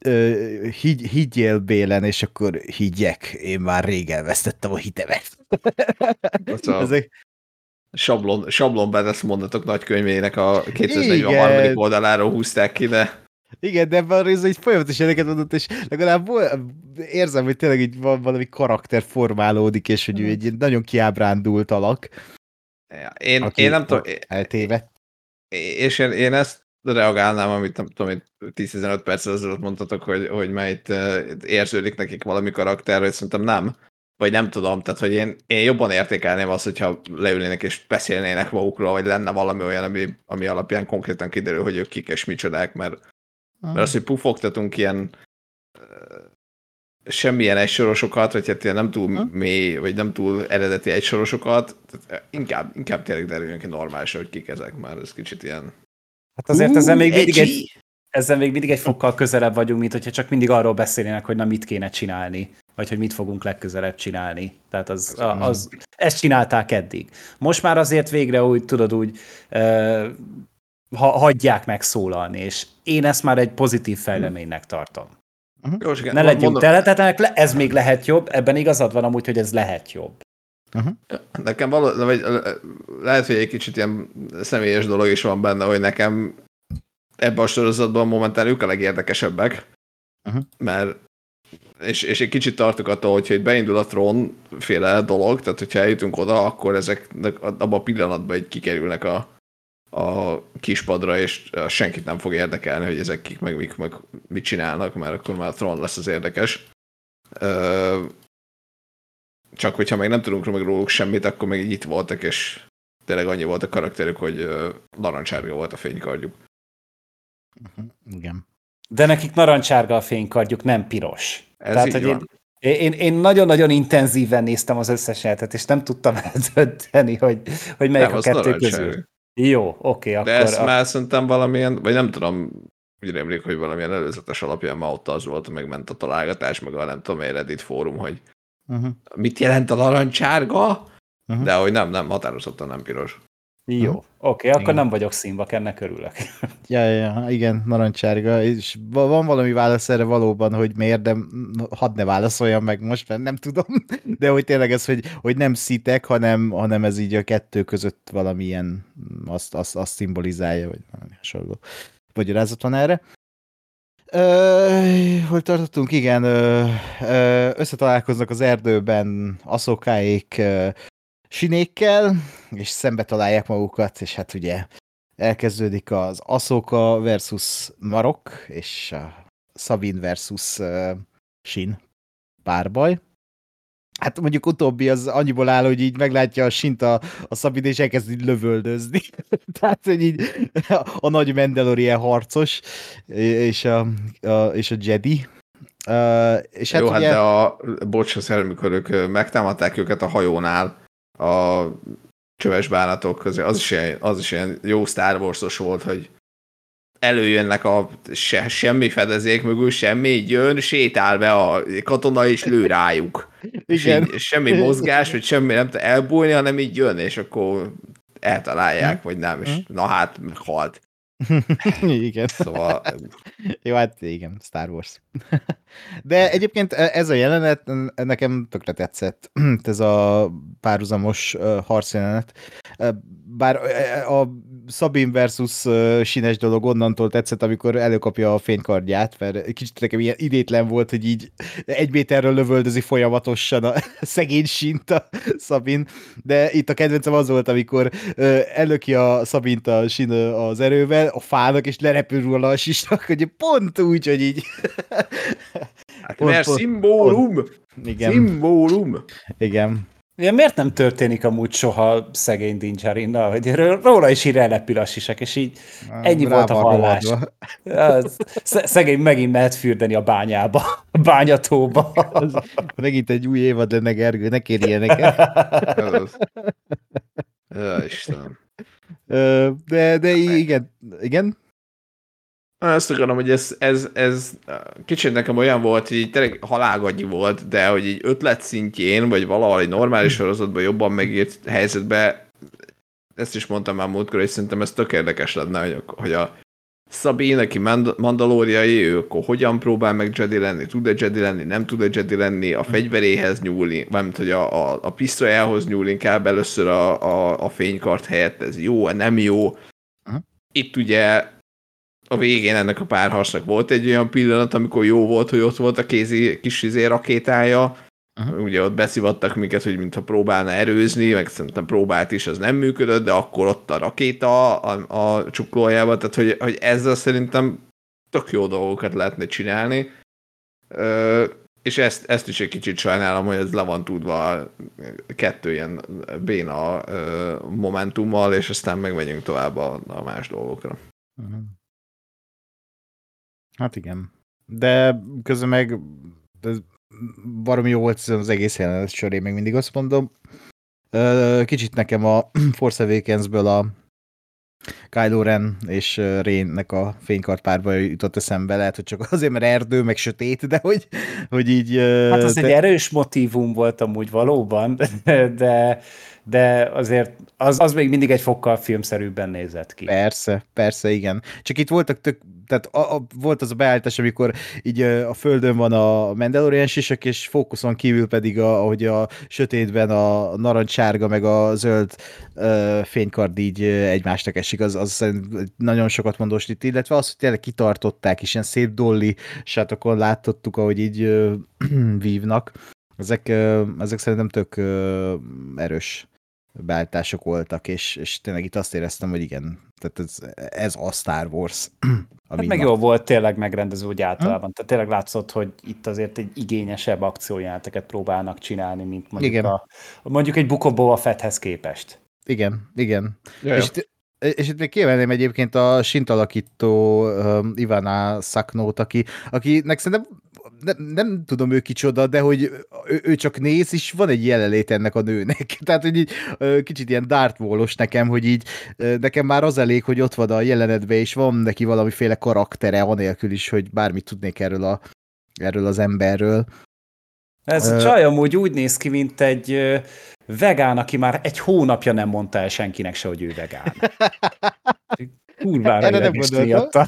[SPEAKER 1] higgy, higgyél Bélen, és akkor higgyek, én már rég elvesztettem a hitemet.
[SPEAKER 3] Ezek... Sablon, sablonban ezt mondatok nagykönyvének a kétszáznegyvenharmadik oldaláról húzták ki, de...
[SPEAKER 1] Igen, de ebben a részben így folyamatosan neked mondott, és legalább érzem, hogy tényleg így valami karakter formálódik, és hogy ő egy nagyon kiábrándult alak.
[SPEAKER 3] Ja, én, én nem tudom...
[SPEAKER 1] Eltévedt.
[SPEAKER 3] És én, én ezt reagálnám, amit nem tudom, tíz-tizenöt perccel ezelőtt mondtatok, hogy, hogy melyet érződik nekik valami karakter, hogy szerintem nem. Vagy nem tudom, tehát hogy én, én jobban értékelném azt, hogyha leülnének és beszélnének magukról, vagy lenne valami olyan, ami, ami alapján konkrétan kiderül, hogy ők kik és micsodák, mert, mert az, hogy pufogtatunk ilyen uh, semmilyen egysorosokat, vagy hát ilyen nem túl hmm. mély, vagy nem túl eredeti egysorosokat, tehát inkább, inkább tényleg derüljön ki normálisan, hogy kik ezek már, ez kicsit ilyen...
[SPEAKER 2] Hát azért uh, ezzel még mindig egy, ezzel még mindig egy fokkal közelebb vagyunk, mint hogyha csak mindig arról beszélnének, hogy na mit kéne csinálni, vagy hogy mit fogunk legközelebb csinálni. Tehát az, az, az, ezt csinálták eddig. Most már azért végre úgy, tudod úgy, uh, ha, hagyják megszólalni, és én ezt már egy pozitív fejleménynek tartom. Uh-huh. Jó, ne legyünk teletetlenek, ez még lehet jobb, ebben igazad van amúgy, hogy ez lehet jobb.
[SPEAKER 3] Uh-huh. Nekem való, vagy lehet, hogy egy kicsit ilyen személyes dolog is van benne, hogy nekem ebben a sorozatban momentán ők a legérdekesebbek, uh-huh. mert és, és egy kicsit tartok attól, hogyha itt beindul a Tron féle dolog, tehát hogyha eljutunk oda, akkor ezek abban a pillanatban egy kikerülnek a, a kispadra, és senkit nem fog érdekelni, hogy ezek kik, meg, mik, meg mit csinálnak, mert akkor már a Tron lesz az érdekes. Csak hogyha meg nem tudunk meg róluk semmit, akkor még így itt voltak, és tényleg annyi volt a karakterük, hogy narancsárga volt a fénykardjuk.
[SPEAKER 1] Uh-huh. Igen.
[SPEAKER 2] De nekik narancsárga a fénykardjuk, nem piros.
[SPEAKER 3] Ez
[SPEAKER 2] Tehát, hogy én, én, én nagyon-nagyon intenzíven néztem az összes jelentet, és nem tudtam eldönteni, hogy, hogy melyik nem, a kettő közül. Jó, oké, okay,
[SPEAKER 3] de
[SPEAKER 2] akkor...
[SPEAKER 3] ezt a... már szerintem valamilyen, vagy nem tudom, úgy rémlik, hogy valamilyen előzetes alapján már ott az volt, megment a találgatás, meg a nem tudom, egy Reddit fórum, hogy uh-huh. mit jelent a narancsárga, uh-huh. de hogy nem, nem, határozottan nem piros.
[SPEAKER 2] Jó, uh-huh. oké, okay, akkor nem vagyok színvak, ennek örülök.
[SPEAKER 1] Ja, ja, igen, narancsárga, és van valami válasz erre valóban, hogy miért, de hadd ne válaszoljam meg most, mert nem tudom, de hogy tényleg ez, hogy, hogy nem szitek, hanem, hanem ez így a kettő között valamilyen, azt, azt, azt szimbolizálja, vagy valami hasonló magyarázat van erre. Ö, hol tartottunk? Igen, ö, ö, összetalálkoznak az erdőben Ahsokáék ö, Sinékkel, és szembe találják magukat, és hát ugye elkezdődik az Ahsoka versus Marok, és a Sabine versus uh, Shin párbaj. Hát mondjuk utóbbi az annyiból áll, hogy így meglátja a Shint a, a Sabine, és elkezd így lövöldözni. Tehát, hogy így a, a nagy Mandalorian harcos, és a, a, és a Jedi. Uh, és
[SPEAKER 3] Jó,
[SPEAKER 1] hát,
[SPEAKER 3] hát
[SPEAKER 1] ugye...
[SPEAKER 3] de a, bocs, az amikor ők megtámadták őket a hajónál, a csöves bánatok közé, az is ilyen, az is ilyen jó Star Wars-os volt, hogy előjönnek a se, semmi fedezék mögül, semmi, jön, sétál be a katona, és lő rájuk. És így, semmi mozgás, vagy semmi nem tud elbújni, hanem így jön, és akkor eltalálják, vagy nem, és na hát, halt.
[SPEAKER 1] Igen.
[SPEAKER 3] Szóval...
[SPEAKER 1] Jó, hát igen, Star Wars. De egyébként ez a jelenet nekem tökre tetszett. Ez a párhuzamos harcjelenet. Bár a Sabine versus Sines dolog onnantól tetszett, amikor előkapja a fénykardját, mert kicsit nekem ilyen idétlen volt, hogy így egy méterről lövöldözi folyamatosan a szegény Sint a Sabine. De itt a kedvencem az volt, amikor előki a Sabint a Sin az erővel, a fának, és lerepül róla a sisnak, hogy pont úgy, hogy így...
[SPEAKER 3] Hát pont, mert pont, szimbólum!
[SPEAKER 1] Pont. Igen.
[SPEAKER 3] Szimbólum!
[SPEAKER 1] Igen.
[SPEAKER 2] Ja, miért nem történik amúgy soha szegény Din Djarinnal, hogy róla is így relepül a sisak, és így ennyi volt a hallás. Szegény megint mehet fürdeni a bányába, a bányatóba.
[SPEAKER 1] Megint egy új évad lenne, Gergő, ne kérj ilyeneket.
[SPEAKER 3] Ja, Istenem.
[SPEAKER 1] De, de igen, igen.
[SPEAKER 3] Azt akarom, hogy ez, ez, ez kicsit nekem olyan volt, hogy így tényleg halálgagyi volt, de hogy így ötlet szintjén, vagy valahol egy normális sorozatban jobban megírt helyzetben, ezt is mondtam már múltkor, és szerintem ez tök érdekes lenne, hogy, hogy a Sabine, aki Mand- mandalóriai, ő akkor hogyan próbál meg Jedi lenni, tud-e Jedi lenni, nem tud-e Jedi lenni, a fegyveréhez nyúlni, valamint, hogy a, a, a pisztolyához nyúl inkább először a, a, a fénykart helyett, ez jó, nem jó. Uh-huh. Itt ugye a végén ennek a párharcnak volt egy olyan pillanat, amikor jó volt, hogy ott volt a kézi kis izé rakétája, uh-huh. Ugye ott beszivattak minket, hogy mintha próbálna erőzni, meg szerintem próbált is, az nem működött, de akkor ott a rakéta a, a csuklójában, tehát hogy, hogy ezzel szerintem tök jó dolgokat lehetne csinálni, Ö, és ezt, ezt is egy kicsit sajnálom, hogy ez le van tudva kettő ilyen béna ö, momentummal, és aztán megmegyünk tovább a, a más dolgokra.
[SPEAKER 1] Uh-huh. Hát igen. De közben meg baromi jó volt az egész jelenet sor, én még mindig azt mondom. Kicsit nekem a Force Awakens-ből a Kylo Ren és Rey-nek a fénykart párba jutott eszembe, lehet, hogy csak azért, mert erdő, meg sötét, de hogy, hogy így...
[SPEAKER 2] Hát az
[SPEAKER 1] te...
[SPEAKER 2] egy erős motívum volt amúgy valóban, de, de azért az, az még mindig egy fokkal filmszerűbben nézett ki.
[SPEAKER 1] Persze, persze, igen. Csak itt voltak tök, tehát a, a, volt az a beállítás, amikor így a földön van a Mandalorian sisak, és fókuszon kívül pedig, a, ahogy a sötétben a narancssárga meg a zöld uh, fénykard így egymásnak esik, az, az nagyon sokat mondós itt, illetve az, hogy tényleg kitartották, és ilyen szép dolli sátokon láttattuk, ahogy így uh, vívnak. Ezek, uh, ezek szerintem tök uh, erős beállítások voltak, és, és tényleg itt azt éreztem, hogy igen, tehát ez, ez a Star Wars.
[SPEAKER 2] Hát meg jó volt tényleg megrendező úgy általában, hm? Tehát tényleg látszott, hogy itt azért egy igényesebb akciójáteket próbálnak csinálni, mint mondjuk, a, mondjuk egy Book of Boba Fetthez képest.
[SPEAKER 1] Igen, igen.
[SPEAKER 3] Jaj,
[SPEAKER 1] és, itt, és itt még kiemelném egyébként a sint alakító um, Ivana Saknót, aki, akinek szerintem nem, nem tudom ő kicsoda, de hogy ő, ő csak néz, és van egy jelenlét ennek a nőnek. Tehát, hogy így kicsit ilyen Darth Vaul-os nekem, hogy így nekem már az elég, hogy ott van a jelenetben, és van neki valamiféle karaktere, anélkül is, hogy bármit tudnék erről, a, erről az emberről.
[SPEAKER 2] Ez a csaj amúgy úgy néz ki, mint egy vegán, aki már egy hónapja nem mondta el senkinek se, hogy ő vegán. Kurvára ideges miatta.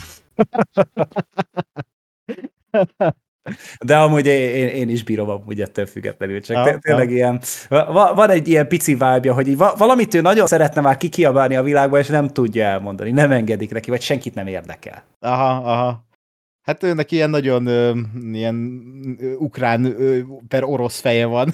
[SPEAKER 2] De amúgy én, én is bírom amúgy ettől függetlenül, csak ah, tényleg ah. ilyen, van egy ilyen pici vibe-ja, hogy így valamit ő nagyon szeretne már kikiabálni a világba, és nem tudja elmondani, nem engedik neki, vagy senkit nem érdekel.
[SPEAKER 1] Aha, aha. Hát őnek ilyen nagyon ö, ilyen ukrán ö, per orosz feje van.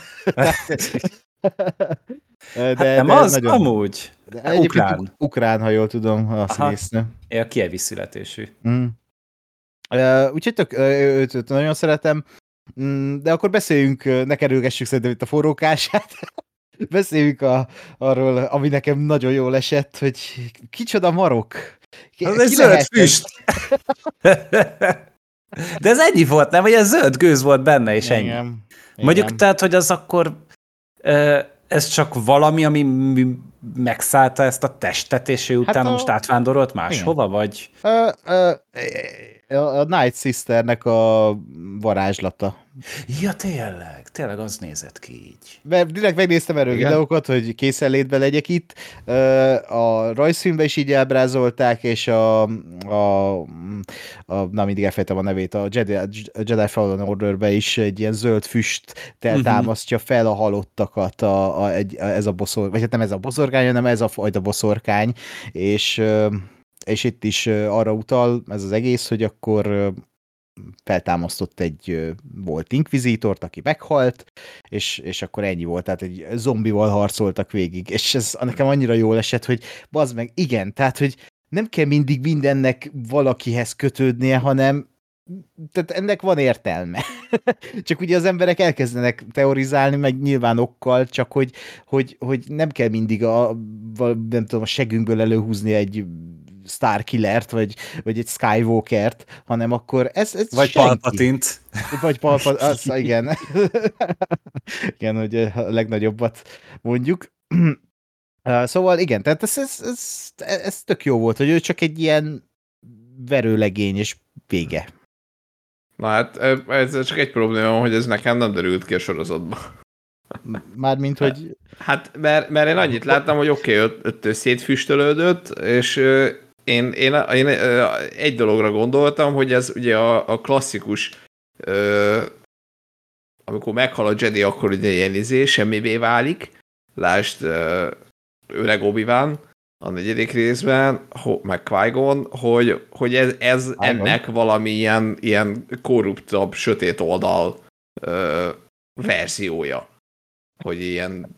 [SPEAKER 2] De, hát nem de az, nagyon... amúgy.
[SPEAKER 1] De ukrán. Ukrán, ha jól tudom, a színésznő.
[SPEAKER 2] Ilyen kievi születésű.
[SPEAKER 1] Mm. Uh, úgyhogy tök, őt, őt nagyon szeretem, de akkor beszéljünk, ne kerülgessük szerintem itt a forrókását, beszéljünk a, arról, ami nekem nagyon jól esett, hogy kicsoda marok.
[SPEAKER 2] Ki, az egy zöld füst. De ez ennyi volt, nem? Hogy ez zöld gőz volt benne, és ennyi. Igen. Mondjuk, igen. Tehát, hogy az akkor ez csak valami, ami megszállta ezt a testet, és ő utána hát a... most átvándorolt máshova, vagy?
[SPEAKER 1] Uh, uh, a Night Sisternek a varázslata.
[SPEAKER 2] Ja, tényleg, tényleg az nézett ki így.
[SPEAKER 1] Mert direkt megnéztem erről igen. videókat, hogy készenlétben legyek itt. A rajzfilmben is így ábrázolták, és a, a, a na mindig elfejtem a nevét, a Jedi, a Jedi Fallen Orderbe is egy ilyen zöld füst támasztja fel a halottakat a, a, egy, a, ez a boszorkány, vagy hát nem ez a boszorkány, hanem ez a fajta boszorkány, és és itt is arra utal ez az egész, hogy akkor feltámasztott egy volt inkvizítort, aki meghalt, és, és akkor ennyi volt, tehát egy zombival harcoltak végig, és ez nekem annyira jól esett, hogy bazd meg, igen, tehát, hogy nem kell mindig mindennek valakihez kötődnie, hanem tehát ennek van értelme. Csak ugye az emberek elkezdenek teorizálni, meg nyilván okkal, csak hogy, hogy, hogy nem kell mindig a, nem tudom, a segünkből előhúzni egy Starkillert, vagy, vagy egy Skywalkert, hanem akkor ez, ez
[SPEAKER 2] vagy Palpatint.
[SPEAKER 1] Vagy Palpatint, igen. Igen, hogy a legnagyobbat mondjuk. Szóval igen, tehát ez, ez, ez, ez tök jó volt, hogy ő csak egy ilyen verőlegény, és vége.
[SPEAKER 3] Na hát, ez csak egy probléma, hogy ez nekem nem derült ki a sorozatban.
[SPEAKER 1] Mármint, hogy...
[SPEAKER 3] Hát, mert, mert én annyit láttam, hogy oké, okay, ott, ott szétfüstölődött, és én, én, én egy dologra gondoltam, hogy ez ugye a, a klasszikus, ö, amikor meghal a Jedi, akkor ugye ilyen izé, semmivé válik. Lásd, ö, öreg Obi-Wan a negyedik részben, ho, meg Qui-Gon, hogy, hogy ez, ez ennek valami ilyen, ilyen korruptabb, sötét oldal ö, verziója. Hogy ilyen...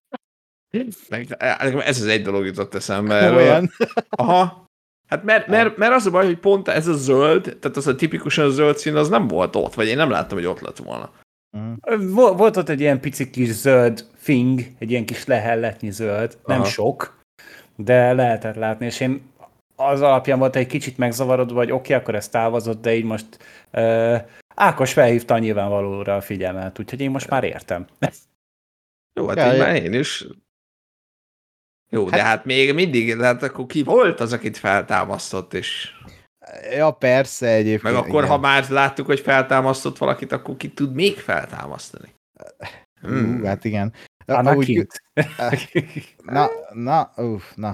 [SPEAKER 3] Ez az egy dolog jutott eszembe erről. Aha. Hát mert, mert, mert az a baj, hogy pont ez a zöld, tehát az a tipikusan zöld szín, az nem volt ott, vagy én nem láttam, hogy ott lett volna.
[SPEAKER 2] Uh-huh. Volt ott egy ilyen pici kis zöld fing, egy ilyen kis lehelletnyi zöld, nem Aha. sok, de lehetett látni, és én az alapján volt egy kicsit megzavarodva, vagy oké, akkor ez távozott, de így most uh, Ákos felhívta nyilvánvalóra a figyelmet, úgyhogy én most már értem.
[SPEAKER 3] Jó, hát ja, így már én is. Jó, hát, de hát még mindig, hát akkor ki volt az, akit feltámasztott, és...
[SPEAKER 1] Ja, persze, egyébként.
[SPEAKER 3] Meg akkor, igen. Ha már láttuk, hogy feltámasztott valakit, akkor ki tud még feltámasztani?
[SPEAKER 1] Hmm. Uh, hát igen.
[SPEAKER 2] Úgy...
[SPEAKER 1] na, na, uff, na.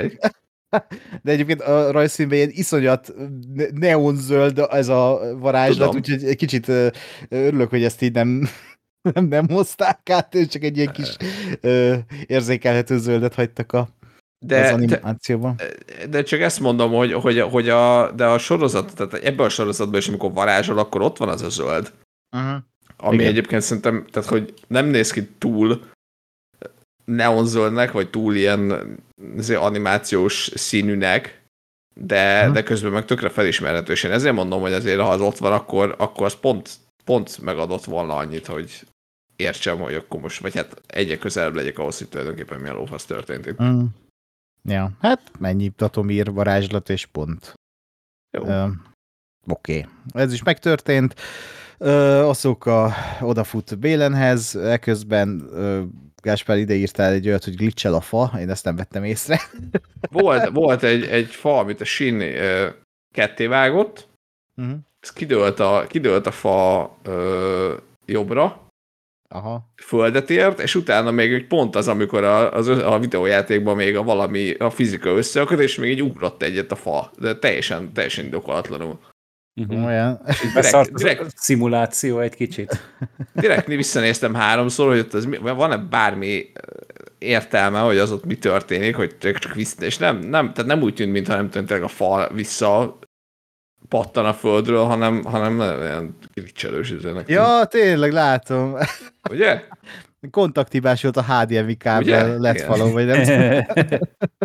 [SPEAKER 1] De egyébként a rajzfilmben ilyen iszonyat neonzöld ez a varázslat, Tudom. Úgyhogy egy kicsit örülök, hogy ezt így nem... Nem, nem hozták át, csak egy ilyen kis ö, érzékelhető zöldet hagytak a, de, az animációban.
[SPEAKER 3] De, de csak ezt mondom, hogy, hogy, hogy a, de a sorozat, tehát ebben a sorozatban is, amikor varázsol, akkor ott van az a zöld. Uh-huh. Ami igen. Egyébként szerintem, tehát hogy nem néz ki túl neonzöldnek, vagy túl ilyen animációs színűnek, de, uh-huh. de közben meg tökre felismerhető. És én ezért mondom, hogy azért, ha az ott van, akkor, akkor az pont, pont megadott volna annyit, hogy értsem, hogy akkor most, vagy hát egyre közelebb legyek ahhoz, hogy tulajdonképpen milyen lófasz történt itt. Mm.
[SPEAKER 1] Ja, hát mennyi Tatomir varázslat és pont.
[SPEAKER 3] Jó.
[SPEAKER 1] Uh, Oké. Okay. Ez is megtörtént. Uh, Ahsoka odafut Bélenhez, eközben uh, Gáspár ide írtál egy olyat, hogy glitchel a fa, én ezt nem vettem észre.
[SPEAKER 3] Volt, volt egy, egy fa, amit a Shin uh, ketté vágott, uh-huh. Ez kidőlt a, kidőlt a fa uh, jobbra, Aha. földet ért, és utána még pont az, amikor a, az, a videójátékban még a valami, a fizika összeakad, és még így ugrott egyet a fa, de teljesen, teljesen indokolatlanul.
[SPEAKER 1] Uh-huh. Olyan.
[SPEAKER 2] Beszart direkt, a szimuláció egy kicsit.
[SPEAKER 3] Direkt visszanéztem háromszor, hogy ott az, van-e bármi értelme, hogy az ott mi történik, hogy csak vissza, és nem, nem, tehát nem úgy tűnt, mintha nem tűnt a fa vissza pattan a földről, hanem, hanem olyan kicserős üzenek.
[SPEAKER 1] Ja, tényleg látom.
[SPEAKER 3] Ugye?
[SPEAKER 1] Kontakthibás volt a há dé em i kábel lett falon, vagy nem tudom.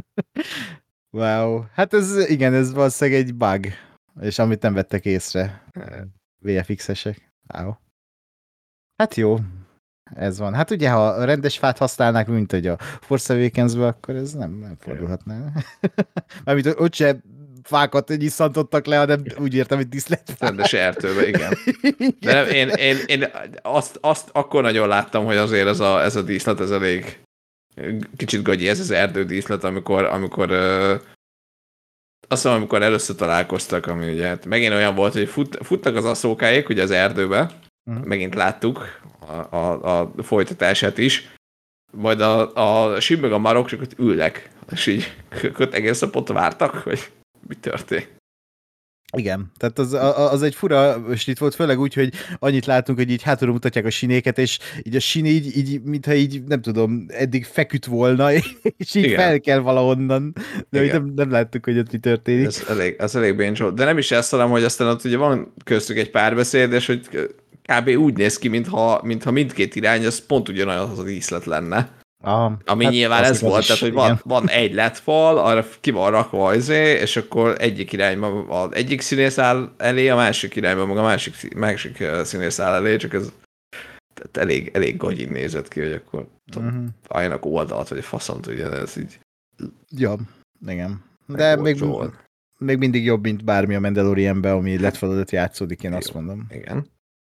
[SPEAKER 1] Wow. Hát ez, igen, ez valószínűleg egy bug, és amit nem vettek észre vé ef iksz-esek. Wow. Hát jó. Ez van. Hát ugye, ha rendes fát használnák, mint hogy a Force Awakens-ből, akkor ez nem, nem fordulhatná. Mármint, hogy ott se fákat nyisszantottak le, hanem úgy értem, hogy diszlet.
[SPEAKER 3] Rendes erdőbe, igen. De nem, én, én, én azt, azt akkor nagyon láttam, hogy azért ez a, ez a díszlet, ez elég kicsit gagyi, ez az erdődíszlet, amikor, amikor ö, azt mondom, amikor először találkoztak, ami ugye hát megint olyan volt, hogy fut, futnak az asszókáik ugye az erdőbe, uh-huh. megint láttuk a, a, a folytatását is, majd a, a Shin meg a Marok csak ott ülnek, és így köt egész napot vártak, hogy mi történt.
[SPEAKER 1] Igen, tehát az, az egy fura slit volt, főleg úgy, hogy annyit látunk, hogy így hátulról mutatják a sinéket, és így a sin így, így mintha így, nem tudom, eddig feküdt volna, és így igen. fel kell valahonnan, de nem, nem láttuk, hogy ott mi történik.
[SPEAKER 3] Ez elég, ez elég béncs volt. De nem is ezt hanem, hogy aztán ott ugye van köztük egy párbeszéd, és hogy kb. Úgy néz ki, mintha, mintha mindkét irány, az pont ugyanaz az díszlet lenne. Aha, ami hát nyilván ez volt, is, tehát hogy van, van egy letfal, arra ki van rakva azé, és akkor egyik irányban az egyik színész áll elé, a másik irányban meg a másik, másik színész áll elé, csak ez tehát elég, elég gagyin nézett ki, hogy akkor uh-huh. álljanak oldalt, vagy a faszont, ugye, ez így.
[SPEAKER 1] Ja, igen. De még, még mindig jobb, mint bármi a Mandalorianben, ami letfaladat játszódik, én jó, azt mondom.
[SPEAKER 3] Igen.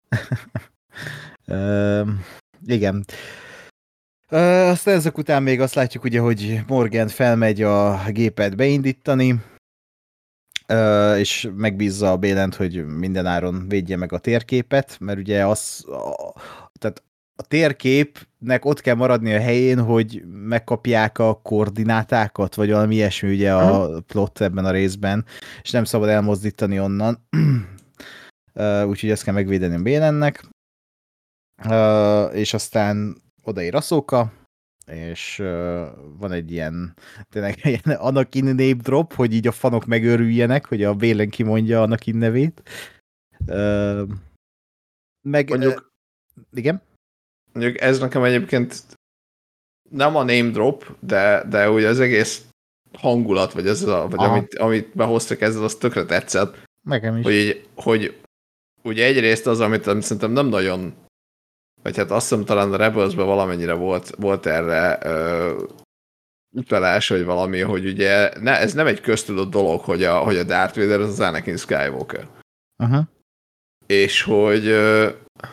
[SPEAKER 1] uh, igen. Uh, aztán ezek után még azt látjuk ugye, hogy Morgan felmegy a gépet beindítani, uh, és megbízza a Bélent, hogy mindenáron védje meg a térképet, mert ugye az, a, tehát a térkép nek ott kell maradni a helyén, hogy megkapják a koordinátákat, vagy valami ilyesmi ugye a plot ebben a részben, és nem szabad elmozdítani onnan. Uh, úgyhogy ezt kell megvédeni a Bélennek. Uh, és aztán odaér Ahsoka, és uh, van egy ilyen, tényleg ilyen Anakin name drop, hogy így a fanok megőrüljenek, hogy a Bélen kimondja Anakin nevét. Uh, meg...
[SPEAKER 3] Mondjuk,
[SPEAKER 1] uh, igen?
[SPEAKER 3] Mondjuk ez nekem egyébként nem a name drop, de, de ugye az egész hangulat, vagy, ez a, vagy amit, amit behoztak ezzel, az tökre tetszett.
[SPEAKER 1] Nekem is.
[SPEAKER 3] Hogy, hogy ugye egyrészt az, amit, amit szerintem nem nagyon, vagy hát azt hiszem talán a Rebels-ben valamennyire volt, volt erre ö, utalás, vagy valami, hogy ugye ne, ez nem egy köztudott dolog, hogy a, hogy a Darth Vader az az Anakin Skywalker.
[SPEAKER 1] Uh-huh.
[SPEAKER 3] És hogy ö,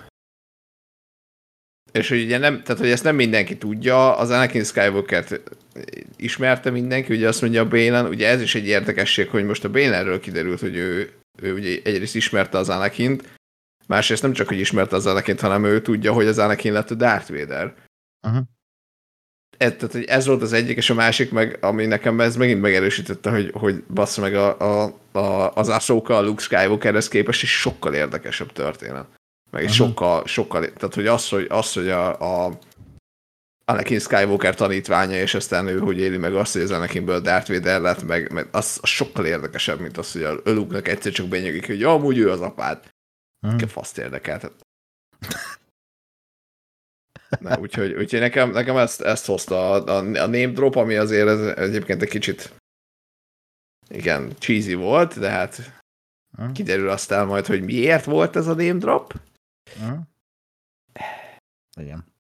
[SPEAKER 3] és hogy ugye nem, tehát hogy ezt nem mindenki tudja, az Anakin Skywalkert ismerte mindenki, ugye azt mondja a Baylan, ugye ez is egy érdekesség, hogy most a Baylanről kiderült, hogy ő, ő ugye egyrészt ismerte az Anakint, másrészt nem csak, hogy ismerte az Anakint, hanem ő tudja, hogy az Anakin lett a Darth Vader.
[SPEAKER 1] Uh-huh.
[SPEAKER 3] Ez, tehát, hogy ez volt az egyik, és a másik meg, ami nekem ez megint megerősítette, hogy, hogy bassza meg a, a, a, az Ahsoka a Luke Skywalkerhez képest is sokkal érdekesebb történet. Meg uh-huh. sokkal, sokkal, tehát hogy az, hogy, az, hogy a, a Anakin Skywalker tanítványa, és aztán ő hogy éli meg azt, hogy az Anakinből Darth Vader lett, meg, meg az, az sokkal érdekesebb, mint az, hogy a Luke-nak egyszer csak benyögik, hogy ja, amúgy ő az apád. Uh-huh. Nekem faszt érdekelt. Na, úgyhogy, úgyhogy nekem, nekem ezt, ezt hozta a, a, a name drop, ami azért ez, egyébként egy kicsit igen, cheesy volt, de hát uh-huh. kiderül aztán majd, hogy miért volt ez a name drop.
[SPEAKER 1] Uh-huh. Igen.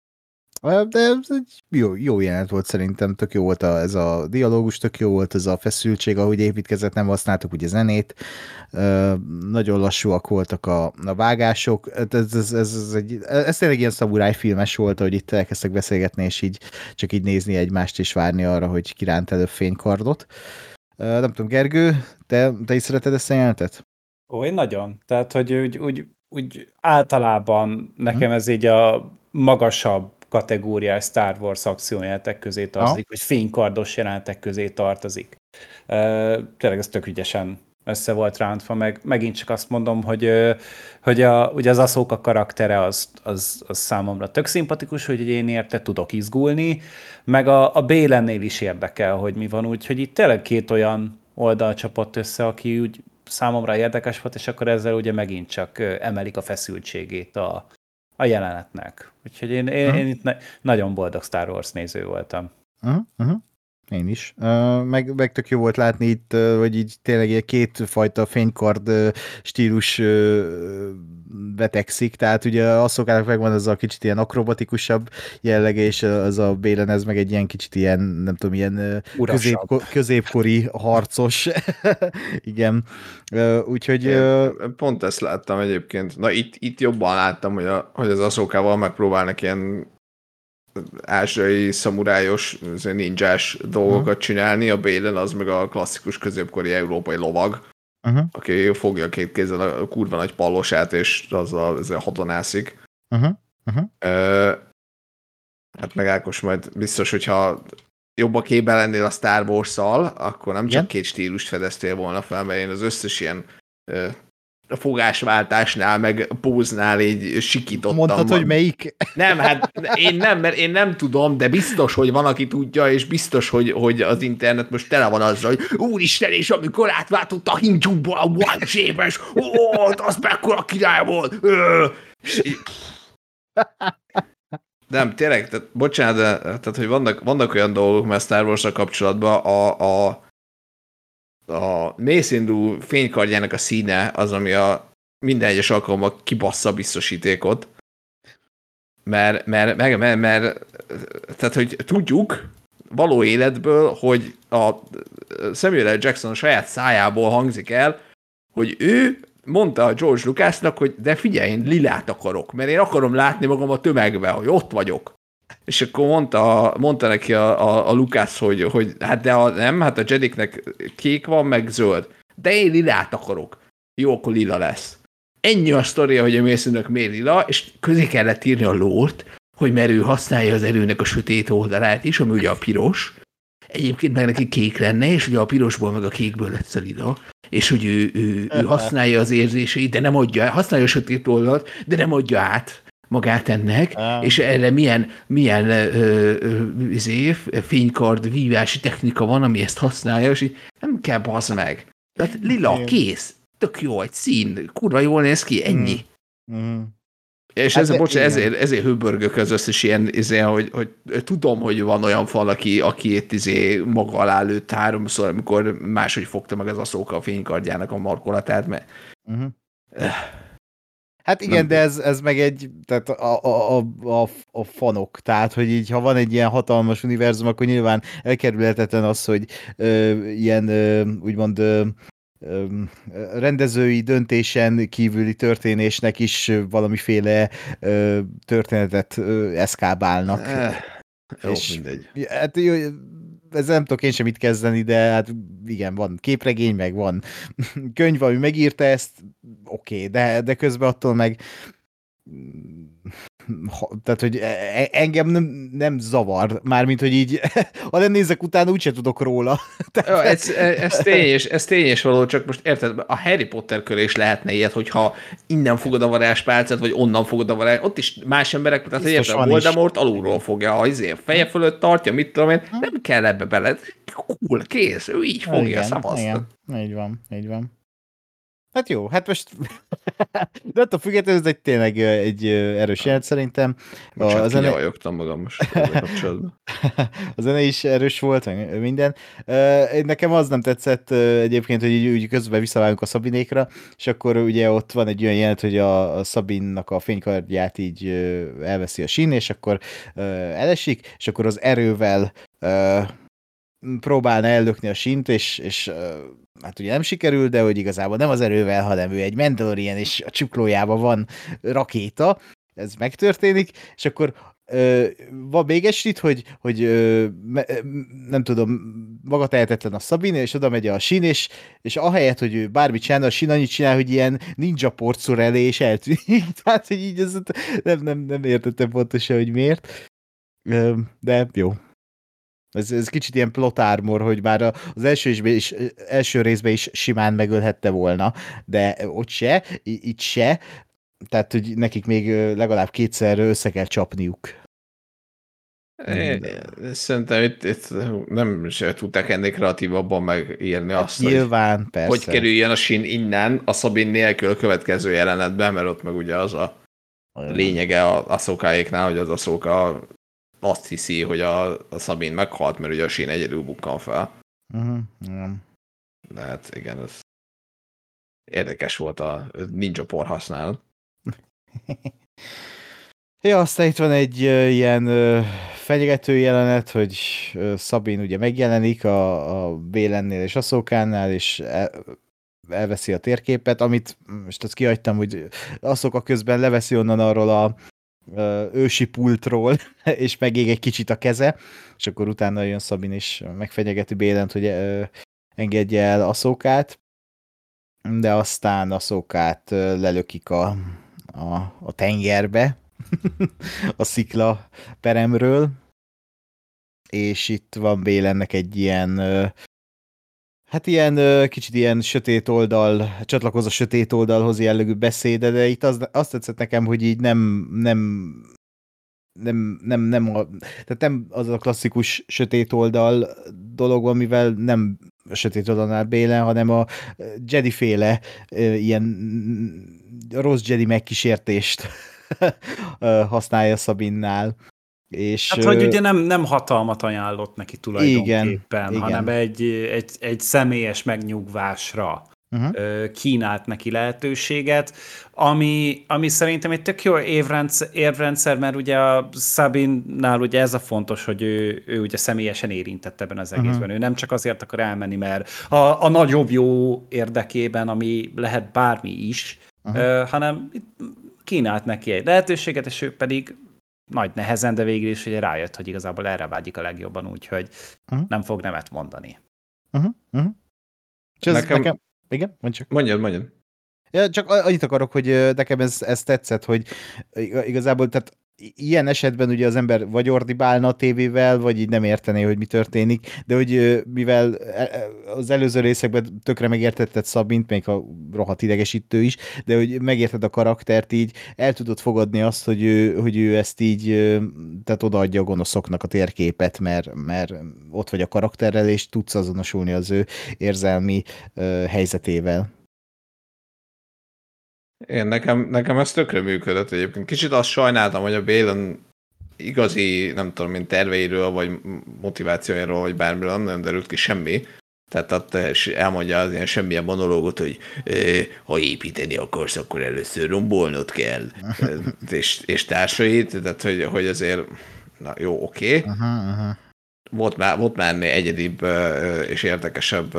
[SPEAKER 1] De ez egy jó, jó jelenet volt szerintem, tök jó volt a, ez a dialógus, tök jó volt ez a feszültség, ahogy építkezett, nem használtuk ugye zenét, uh, nagyon lassúak voltak a, a vágások, ez, ez, ez, ez, egy, ez tényleg ilyen szamuráj filmes volt, hogy itt elkezdtek beszélgetni, és így csak így nézni egymást, és várni arra, hogy kiránt előbb fénykardot. Uh, nem tudom, Gergő, te, te is szereted ezt a jelenetet?
[SPEAKER 2] Ó, én nagyon. Tehát, hogy úgy, úgy, úgy általában nekem ez így a magasabb kategóriás Star Wars akciójelenetek közé tartozik, vagy fénykardos jelenetek közé tartozik. Uh, tényleg ez tök ügyesen össze volt rántva, meg megint csak azt mondom, hogy, hogy a, ugye az Ahsoka karaktere az, az, az számomra tök szimpatikus, hogy én érte tudok izgulni, meg a, a Baylannél is érdekel, hogy mi van, úgyhogy itt tényleg két olyan oldal csapott össze, aki úgy számomra érdekes volt, és akkor ezzel ugye megint csak emelik a feszültségét a, a jelenetnek. Úgyhogy én, én, uh-huh. én itt na- nagyon boldog Star Wars néző voltam.
[SPEAKER 1] Uh-huh. Uh-huh. Én is. Uh, meg, meg tök jó volt látni itt, uh, hogy így tényleg ilyen kétfajta fénykard uh, stílus uh, betegszik, tehát ugye Ahsokának megvan az a kicsit ilyen akrobatikusabb jellege, és az a Baylan ez meg egy ilyen kicsit ilyen, nem tudom, ilyen uh, középko- középkori harcos. Igen. Uh, úgyhogy... Uh,
[SPEAKER 3] pont ezt láttam egyébként. Na itt, itt jobban láttam, hogy, a, hogy az Ahsokával megpróbálnak ilyen ázsiai, szamurájos, ninjás dolgokat uh-huh. csinálni, a Baylan az meg a klasszikus középkori európai lovag, uh-huh. aki fogja két kézzel a kurva nagy pallosát, és azzal, azzal hadonászik.
[SPEAKER 1] Uh-huh. Uh-huh.
[SPEAKER 3] Uh, hát meg Ákos majd biztos, hogyha jobb a képben lennél a Star Wars-szal, akkor nem csak yeah. két stílust fedeztél volna fel, mert én az összes ilyen uh, a fogásváltásnál, meg póznál így sikítottam.
[SPEAKER 1] Mondtad, hogy melyik?
[SPEAKER 3] Nem, hát én nem, mert én nem tudom, de biztos, hogy van, aki tudja, és biztos, hogy, hogy az internet most tele van azzal, hogy úristen, és amikor átváltott a Hincsúból a One Shape-es, ó, az mekkora király volt! Nem, tényleg, tehát, bocsánat, de, tehát, hogy vannak, vannak olyan dolgok, mert Star Wars-ra kapcsolatban a, a a Mace Windu fénykardjának a színe az, ami a minden egyes alkalommal kibassza a biztosítékot. Mert, mert, mert, mert, mert tehát, hogy tudjuk való életből, hogy a Samuel L. Jackson saját szájából hangzik el, hogy ő mondta a George Lucasnak, hogy de figyelj, én lilát akarok, mert én akarom látni magam a tömegben, hogy ott vagyok. És akkor mondta, mondta neki a, a, a Lucas, hogy, hogy hát de a, nem, hát a Jediknek kék van, meg zöld. De én lilát akarok. Jó, akkor lila lesz. Ennyi a sztoria, hogy a Mace Windunak miért lila, és közé kellett írni a lórt, hogy mert ő használja az erőnek a sötét oldalát is, ami ugye a piros. Egyébként meg neki kék lenne, és ugye a pirosból meg a kékből lett Szalida, és hogy ő, ő, ő használja az érzéseit, de nem adja, használja a sötét oldalt, de nem adja át magát ennek, ah. és erre milyen, milyen ö, ö, izé, fénykard vívási technika van, ami ezt használja, és így nem kell bazd meg. Tehát lila, kész, tök jó, egy szín, kurva jól néz ki, ennyi. Mm. Mm. És hát ez, bocs, ezért, ezért hőbörgök az összes ilyen, izé, hogy, hogy tudom, hogy van olyan fal, aki, aki itt izé, maga alá lőtt háromszor, amikor máshogy fogta meg az Ahsoka a fénykardjának a markolatát, mert... Uh-huh.
[SPEAKER 1] Hát igen, nem. De ez, ez meg egy, tehát a, a, a, a, a fanok, tehát, hogy így, ha van egy ilyen hatalmas univerzum, akkor nyilván elkerülhetetlen az, hogy ö, ilyen, ö, úgymond ö, ö, rendezői döntésen kívüli történésnek is valamiféle ö, történetet ö, eszkábálnak. Eh,
[SPEAKER 3] jó, és, mindegy.
[SPEAKER 1] Hát jó, ezzel nem tudok én sem mit kezdeni, de hát igen, van képregény, meg van könyv, ami megírta ezt, oké, okay, de, de közben attól meg tehát, hogy engem nem, nem zavar, mármint, hogy így, ha nem nézek utána, úgyse tudok róla.
[SPEAKER 3] Tehát... Ez, ez, tény és, ez tény és való, csak most érted, a Harry Potter köré is lehetne ilyet, hogyha innen fogod a varázspálcát, vagy onnan fogod a varázs, ott is más emberek, tehát érted, a Voldemort is alulról fogja, ha izé feje fölött tartja, mit tudom én, nem kell ebbe bele, cool, kész, ő így fogja, szavazta.
[SPEAKER 1] Így van, így van. Hát jó, hát most de attól függetlenül ez egy tényleg egy erős jelent szerintem.
[SPEAKER 3] Most a zene... kinyajogtam magam most
[SPEAKER 1] a zene is erős volt, minden. Nekem az nem tetszett egyébként, hogy úgy közben visszavágunk a Sabinékra, és akkor ugye ott van egy olyan jelent, hogy a Sabinnak a fénykardját így elveszi a Shin, és akkor elesik, és akkor az erővel próbálna ellökni a Shint, és, és hát ugye nem sikerül, de hogy igazából nem az erővel, hanem ő egy Mandalorian, és a csuklójában van rakéta, ez megtörténik, és akkor ö, van még egy shit, hogy, hogy ö, me, nem tudom, maga tehetetlen a Sabine, és oda megy a Shin, és, és ahelyett, hogy ő bármit csinál, a Shin annyit csinál, hogy ilyen ninja porcor elé, és eltűnik. Tehát, hogy így ez, nem, nem, nem értettem pontosan, hogy miért. Ö, de jó. Ez, ez kicsit ilyen plot armor, hogy már az első, is, első részben is simán megölhette volna, de ott se, itt se, tehát hogy nekik még legalább kétszer össze kell csapniuk.
[SPEAKER 3] É, szerintem itt, itt nem se tudták ennél kreatívabban megírni azt,
[SPEAKER 1] nyilván,
[SPEAKER 3] hogy,
[SPEAKER 1] persze.
[SPEAKER 3] hogy kerüljön a Shin innen a Sabine nélkül a következő jelenetben, mert ott meg ugye az a olyan lényege a Ahsokáéknál, hogy az Ahsoka azt hiszi, hogy a, a Sabine meghalt, mert ugye a Shin egyedül bukkan fel. Uh-huh. Yeah. De hát igen, ez érdekes volt a ninja por használat.
[SPEAKER 1] Ja, aztán itt van egy uh, ilyen uh, fenyegető jelenet, hogy uh, Sabine ugye megjelenik a, a Bélennél és Ahsokánál, és el, elveszi a térképet, amit most azt kihagytam, hogy Ahsoka közben leveszi onnan arról a ősi pultról, és megég egy kicsit a keze, és akkor utána jön Sabine is megfenyegeti Bélent, hogy engedje el Ahsokát, de aztán Ahsokát lelökik a, a, a tengerbe, a szikla peremről, és itt van Bélennek egy ilyen hát ilyen kicsit ilyen sötét oldal, csatlakoz a sötét oldalhoz jellegű beszéde, de itt az, azt tetszett nekem, hogy így nem nem nem, nem, nem, a, tehát nem az a klasszikus sötét oldal dolog, amivel nem a sötét oldalnál Bélen, hanem a Jedi-féle ilyen rossz Jedi megkísértést használja Sabinnál. És,
[SPEAKER 2] hát, hogy ugye nem, nem hatalmat ajánlott neki tulajdonképpen,
[SPEAKER 1] igen,
[SPEAKER 2] hanem
[SPEAKER 1] igen.
[SPEAKER 2] Egy, egy, egy személyes megnyugvásra uh-huh. kínált neki lehetőséget, ami, ami szerintem egy tök jó évrendszer, évrendszer, mert ugye a Sabinnál ugye ez a fontos, hogy ő, ő ugye személyesen érintett ebben az egészben. Uh-huh. Ő nem csak azért akar elmenni, mert a, a nagyobb jó érdekében, ami lehet bármi is, uh-huh. uh, hanem kínált neki egy lehetőséget, és ő pedig nagy nehezen, de végül is ugye rájött, hogy igazából erre vágyik a legjobban, úgyhogy uh-huh. nem fog nemet mondani.
[SPEAKER 1] Uh-huh. Uh-huh. És nekem... nekem... Igen? Mondj csak.
[SPEAKER 3] Mondjad, mondjad.
[SPEAKER 1] Ja, csak annyit akarok, hogy nekem ez, ez tetszett, hogy igazából tehát ilyen esetben ugye az ember vagy ordibálna a tévével, vagy így nem értené, hogy mi történik, de hogy mivel az előző részekben tökre megértetted Szabint, még a rohadt idegesítő is, de hogy megérted a karaktert, így el tudod fogadni azt, hogy ő, hogy ő ezt így, tehát odaadja a gonoszoknak a térképet, mert, mert ott vagy a karakterrel, és tudsz azonosulni az ő érzelmi uh, helyzetével.
[SPEAKER 3] Én nekem, nekem ez tökre működött egyébként. Kicsit azt sajnáltam, hogy a Baylan igazi, nem tudom, mint terveiről, vagy motivációjáról, vagy bármiről nem nagyon derült ki semmi. Tehát ott elmondja az ilyen semmilyen monológot, hogy eh, ha építeni akarsz, akkor először rombolnod kell, és, és társait, tehát hogy, hogy azért, na jó, oké. Okay.
[SPEAKER 1] Aha, aha.
[SPEAKER 3] Volt már, volt már ennél egyedibb és érdekesebb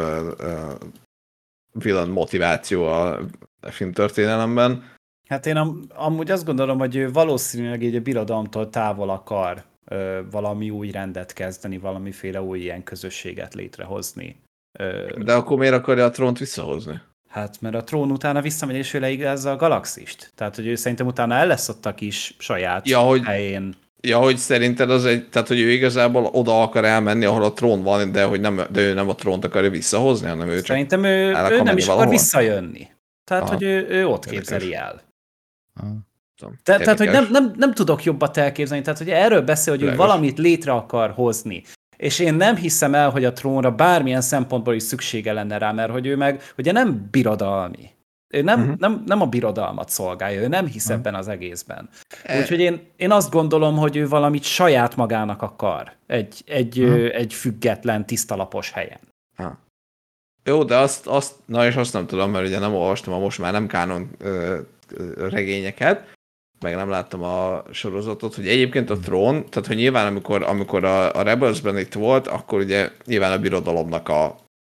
[SPEAKER 3] villain motiváció a filmtörténelemben.
[SPEAKER 2] Hát én am- amúgy azt gondolom, hogy ő valószínűleg így a birodalomtól távol akar ö, valami új rendet kezdeni, valamiféle új ilyen közösséget létrehozni. Ö,
[SPEAKER 3] De akkor miért akarja a trónt visszahozni?
[SPEAKER 2] Hát, mert a trón utána visszamegy, és ő leigazza a galaxist. Tehát, hogy ő szerintem utána el lesz ott a kis saját
[SPEAKER 3] ja, hogy,
[SPEAKER 2] helyén.
[SPEAKER 3] Ja, hogy szerinted az egy, tehát hogy ő igazából oda akar elmenni, ahol a trón van, de hogy nem, de ő nem a trónt akarja visszahozni, hanem ő csak
[SPEAKER 2] szerintem ő, ő nem is akar visszajönni. Tehát, aha, hogy ő, ő ott
[SPEAKER 3] érdekes.
[SPEAKER 2] Képzeli el.
[SPEAKER 3] Tudom,
[SPEAKER 2] Te, tehát, hogy nem, nem, nem tudok jobbat elképzelni. Tehát, hogy erről beszél, hogy ő
[SPEAKER 3] Legos.
[SPEAKER 2] valamit létre akar hozni. És én nem hiszem el, hogy a trónra bármilyen szempontból is szüksége lenne rá, mert hogy ő meg ugye nem birodalmi. Ő nem, uh-huh. nem, nem a birodalmat szolgálja, ő nem hisz uh-huh. ebben az egészben. Úgyhogy én, én azt gondolom, hogy ő valamit saját magának akar. Egy, egy, uh-huh. ö, egy független, tisztalapos helyen.
[SPEAKER 3] Ha. Jó, de azt, azt, na és azt nem tudom, mert ugye nem olvastam a most már nem kánon ö, ö, regényeket, meg nem láttam a sorozatot, hogy egyébként a trón, tehát hogy nyilván amikor, amikor a, a Rebelsben itt volt, akkor ugye nyilván a birodalomnak a,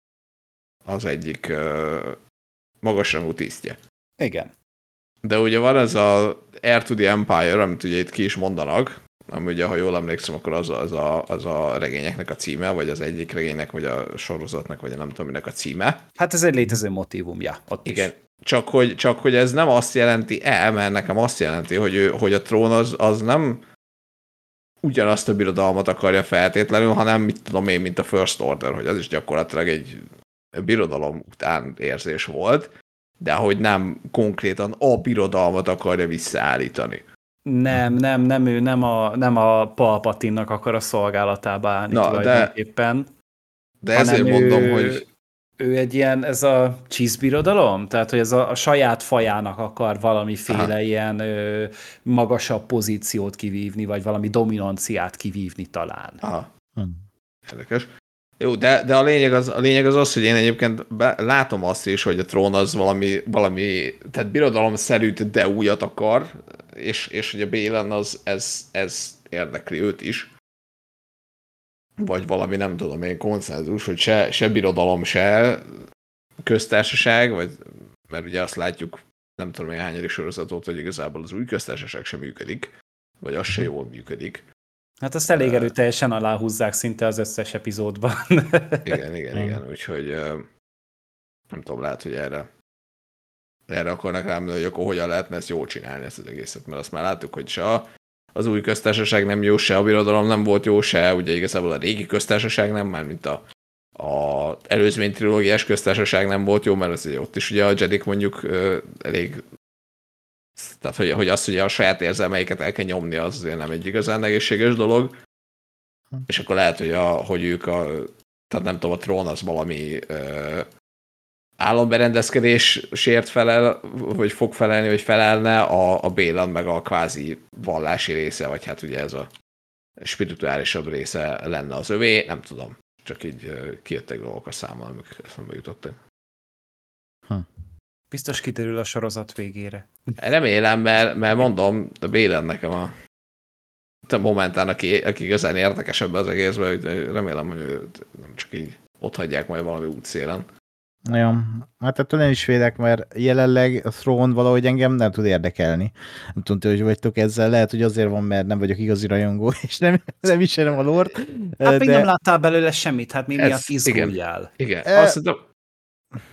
[SPEAKER 3] az egyik ö, magasrangú tisztje.
[SPEAKER 2] Igen.
[SPEAKER 3] De ugye van ez a Heir to the Empire, amit ugye itt ki is mondanak, ami ugye, ha jól emlékszem, akkor az a, az, a, az a regényeknek a címe, vagy az egyik regénynek, vagy a sorozatnak, vagy a nem tudom minek a címe.
[SPEAKER 2] Hát ez egy létező motívumja. Ott
[SPEAKER 3] Igen.
[SPEAKER 2] Is.
[SPEAKER 3] Csak hogy, csak hogy ez nem azt jelenti el, mert nekem azt jelenti, hogy, ő, hogy a trón az, az nem ugyanazt a birodalmat akarja feltétlenül, hanem mit tudom én, mint a First Order, hogy az is gyakorlatilag egy birodalom után érzés volt, de hogy nem konkrétan a birodalmat akarja visszaállítani.
[SPEAKER 2] Nem, nem, nem ő, nem a, nem a Palpatinnak akar a szolgálatába állni
[SPEAKER 3] Na,
[SPEAKER 2] tulajdonképpen.
[SPEAKER 3] De, de ezért mondom, ő, hogy...
[SPEAKER 2] Ő egy ilyen, ez a cheese-birodalom? Tehát, hogy ez a, a saját fajának akar valamiféle aha. ilyen ö, magasabb pozíciót kivívni, vagy valami dominanciát kivívni talán.
[SPEAKER 3] Aha. Érdekes. Jó, de, de a, lényeg az, a lényeg az az, hogy én egyébként be, látom azt is, hogy a trón az valami, valami tehát birodalomszerűt, de újat akar, és, és hogy a Baylan az ez, ez érdekli őt is. Vagy valami, nem tudom én, konszenzus, hogy se, se birodalom, se köztársaság, vagy, mert ugye azt látjuk, nem tudom én hányadik sorozatot, hogy igazából az új köztársaság sem működik, vagy az se jól működik.
[SPEAKER 2] Hát azt elég erőteljesen aláhúzzák szinte az összes epizódban.
[SPEAKER 3] Igen, igen, igen, úgyhogy nem tudom, lehet, hogy erre erre akarnak rám, hogy akkor hogyan lehetne ezt jól csinálni, ezt az egészet, mert azt már láttuk, hogy se az új köztársaság nem jó, se a birodalom nem volt jó, se ugye igazából a régi köztársaság nem, már mint a, a előzmény trilógiás köztársaság nem volt jó, mert az, ott is ugye a Jedik mondjuk elég, tehát hogy, hogy azt ugye a saját érzelmeiket el kell nyomni, az azért nem egy igazán egészséges dolog, és akkor lehet, hogy, a, hogy ők a, tehát nem tudom, a trón az valami ö, államberendezkedésért felel, vagy fog felelni, vagy felelne, a, a Baylan meg a kvázi vallási része, vagy hát ugye ez a spirituálisabb része lenne az övé, nem tudom. Csak így uh, kijöttek dolgok a számmal, amik eszembe jutottak.
[SPEAKER 1] Hm.
[SPEAKER 2] Biztos kiderül a sorozat végére.
[SPEAKER 3] Remélem, mert, mert mondom, a Baylan nekem a, a momentán, aki, aki igazán érdekesebb az egészben, hogy remélem, hogy nem csak így ott hagyják majd valami útszélen.
[SPEAKER 1] Ja, hát ettől én is félek, mert jelenleg a Throne valahogy engem nem tud érdekelni. Nem tudom, hogy vagytok ezzel, lehet, hogy azért van, mert nem vagyok igazi rajongó, és nem, nem ismerem a lore-t.
[SPEAKER 2] Hát de... még nem láttál belőle semmit, hát mi miatt izguljál.
[SPEAKER 3] Igen, igen.
[SPEAKER 1] E...
[SPEAKER 3] Azt hiszem...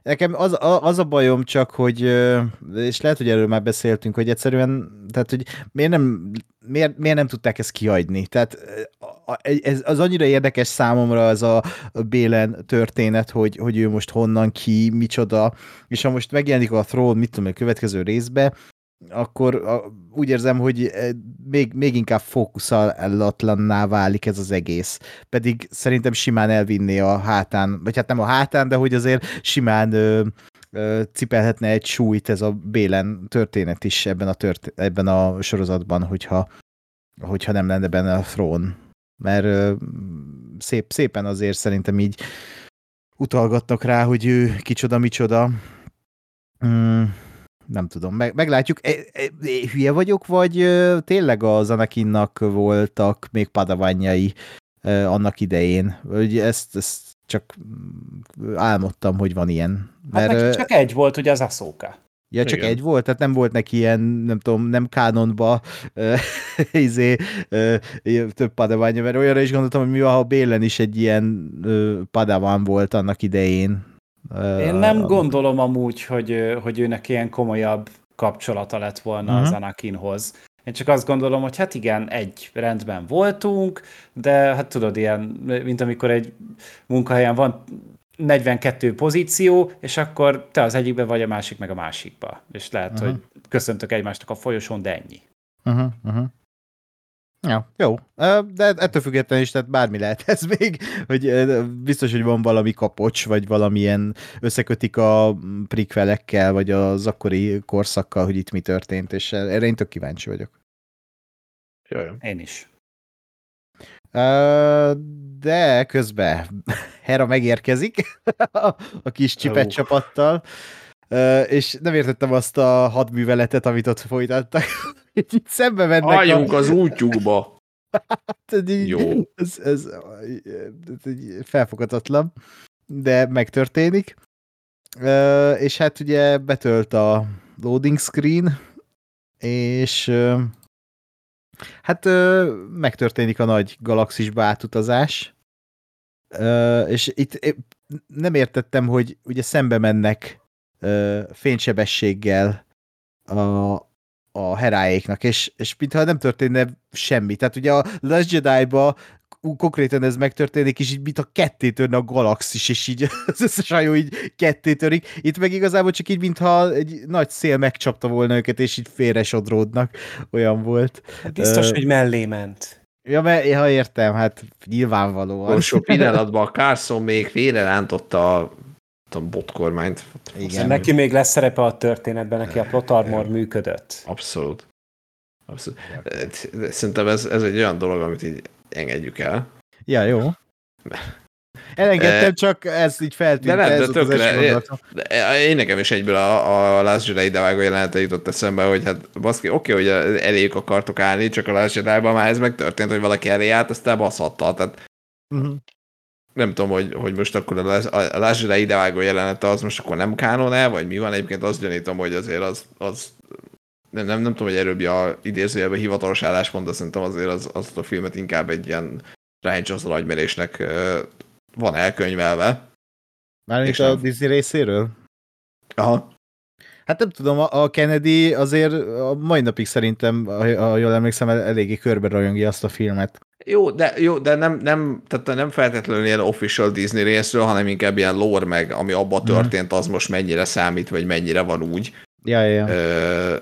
[SPEAKER 1] Nekem az, az a bajom csak, hogy, és lehet, hogy erről már beszéltünk, hogy egyszerűen, tehát, hogy miért nem, miért, miért nem tudták ezt kihagyni? Tehát ez, az annyira érdekes számomra az a Bélen történet, hogy, hogy ő most honnan ki, micsoda, és ha most megjelenik a Throne, mit tudom, a következő részbe, akkor a, úgy érzem, hogy még, még inkább fókuszálatlanná válik ez az egész. Pedig szerintem simán elvinné a hátán, vagy hát nem a hátán, de hogy azért simán ö, ö, cipelhetne egy súlyt ez a Bélen történet is ebben a, tört, ebben a sorozatban, hogyha, hogyha nem lenne benne a Throne. Mert ö, szép, szépen azért szerintem így utalgatnak rá, hogy ő kicsoda, micsoda. Mm. Nem tudom, meg, meglátjuk. E, e, e, hülye vagyok, vagy e, tényleg az Anakinnak voltak még padaványai e, annak idején? Ugye ezt, ezt csak álmodtam, hogy van ilyen.
[SPEAKER 2] Mert, hát neki csak egy volt, ugye az Ahsoka.
[SPEAKER 1] Ja, csak igen. Egy volt? Tehát nem volt neki ilyen, nem tudom, nem kánonba e, izé, e, több padaványa, mert olyanra is gondoltam, hogy mi van, ha Bélen is egy ilyen e, padaván volt annak idején.
[SPEAKER 2] Én nem gondolom amúgy, hogy, hogy őnek ilyen komolyabb kapcsolata lett volna uh-huh. az Anakinhoz. Én csak azt gondolom, hogy hát igen, egy rendben voltunk, de hát tudod, ilyen, mint amikor egy munkahelyen van negyvenkettő pozíció, és akkor te az egyikben vagy, a másik meg a másikba. És lehet, uh-huh. hogy köszöntök egymásnak a folyosón, de ennyi.
[SPEAKER 1] Uh-huh. Uh-huh. Ja, jó. De ettől függetlenül is, tehát bármi lehet ez még, hogy biztos, hogy van valami kapocs, vagy valamilyen összekötik a prequelekkel, vagy az akkori korszakkal, hogy itt mi történt, és erre én tök kíváncsi vagyok.
[SPEAKER 2] Jaj. Én is.
[SPEAKER 1] De közben Hera megérkezik a kis csipet csapattal, és nem értettem azt a hadműveletet, amit ott folytattak. Itt szembe mennek.
[SPEAKER 3] Álljunk a... az útjukba.
[SPEAKER 1] Hát, így, jó. Ez, ez, ez felfoghatatlan, de megtörténik. És hát ugye betölt a loading screen, és hát megtörténik a nagy galaxisba átutazás, és itt nem értettem, hogy ugye szembe mennek fénysebességgel a, a heráéknak, és, és mintha nem történne semmi. Tehát ugye a Last Jedi-ba konkrétan ez megtörténik, és így mint a ketté törne a galaxis, és így az összes hajó így ketté törik. Itt meg igazából csak így, mintha egy nagy szél megcsapta volna őket, és így félre sodródnak. Olyan volt.
[SPEAKER 2] Biztos, uh, hogy mellé ment.
[SPEAKER 1] Ja, mert, ja, értem, hát nyilvánvalóan.
[SPEAKER 3] Sok pillanatban a Carson még félrelántotta a a botkormányt.
[SPEAKER 2] Igen. Neki még lesz szerepe a történetben, neki a plot armor működött.
[SPEAKER 3] Abszolút. Abszolút. Szerintem ez, ez egy olyan dolog, amit így engedjük el.
[SPEAKER 1] Ja, jó. Elengedtem, e, csak ez így feltűnt.
[SPEAKER 3] De nem, de tökre. Én nekem is egyből a, a Last Jedi idevágó jelenete jutott eszembe, hogy hát baszki, oké, okay, hogy eléjük akartok állni, csak a Last Jedi-ban már ez megtörtént, hogy valaki elé állt, aztán baszhatta. Tehát uh-huh. Nem tudom, hogy, hogy most akkor a Last Jedi idevágó jelenete az most akkor nem kánon-e, vagy mi van? Egyébként azt gyanítom, hogy azért az, az nem, nem, nem tudom, hogy erőbb a idézőjelben hivatalos álláspont, de szerintem azért az, az a filmet inkább egy ilyen Rian Johnson agymerésnek uh, van elkönyvelve.
[SPEAKER 1] Mármint a nem... Disney részéről?
[SPEAKER 3] Aha.
[SPEAKER 1] Hát nem tudom, a Kennedy azért a mai napig szerintem, ha jól emlékszem, eléggé körbe rajongja azt a filmet.
[SPEAKER 3] Jó, de, jó, de nem, nem, tehát nem feltétlenül ilyen official Disney részről, hanem inkább ilyen lore meg, ami abban történt, az most mennyire számít, vagy mennyire van úgy.
[SPEAKER 1] Ja, ja.
[SPEAKER 3] Ö,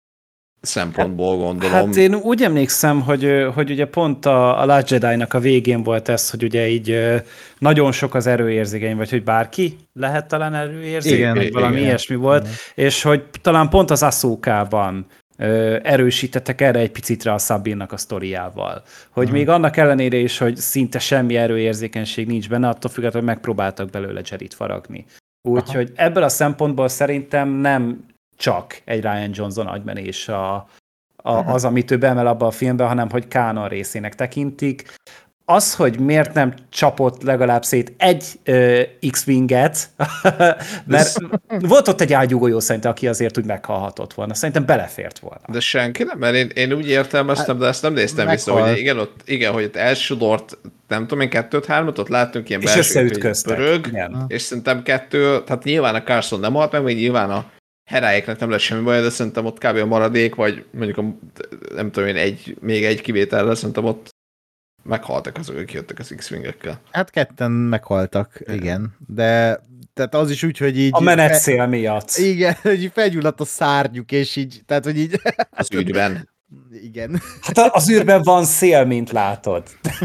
[SPEAKER 3] szempontból gondolom.
[SPEAKER 2] Hát én úgy emlékszem, hogy, hogy ugye pont a, a Last Jedi-nak a végén volt ez, hogy ugye így nagyon sok az erőérzékeny, vagy hogy bárki lehet talán erőérzékeny, vagy valami igen. ilyesmi volt, igen. És hogy talán pont az Ahsokában erősítettek erre egy picitre a Sabine-nak a sztoriával. Hogy uh-huh. még annak ellenére is, hogy szinte semmi erőérzékenység nincs benne, attól függetlenül, hogy megpróbáltak belőle Jedit faragni. Úgyhogy ebből a szempontból szerintem nem csak egy Rian Johnson agymenés a, a, uh-huh. az, amit ő beemel abba a filmbe, hanem hogy kánon részének tekintik. az, hogy miért nem csapott legalább szét egy ö, X-Winget, mert volt ott egy ágyúgolyó szerintem, aki azért úgy meghalhatott volna. Szerintem belefért volna.
[SPEAKER 3] De senki nem, mert én, én úgy értelmeztem, de ezt nem néztem vissza, hogy igen, ott, igen, hogy ott elsodort, nem tudom én, kettőt, hármat, ott láttunk ilyen
[SPEAKER 2] és összeütköztek.
[SPEAKER 3] Pörög, és szerintem kettő, tehát nyilván a Carson nem halt meg, még nyilván a Herályéknek nem lesz semmi baj, de szerintem ott kb. A maradék, vagy mondjuk a, nem tudom én, egy, még egy kivételre, szerintem ott meghaltak azok, akik jöttek az X-Wingekkel.
[SPEAKER 1] Hát ketten meghaltak, igen. igen. De tehát az is úgy, hogy így...
[SPEAKER 2] A menetszél fe... miatt.
[SPEAKER 1] Igen, hogy felgyulladt a szárnyuk, és így, tehát hogy így...
[SPEAKER 3] Az űrben.
[SPEAKER 1] Igen.
[SPEAKER 2] Hát az űrben van szél, mint látod.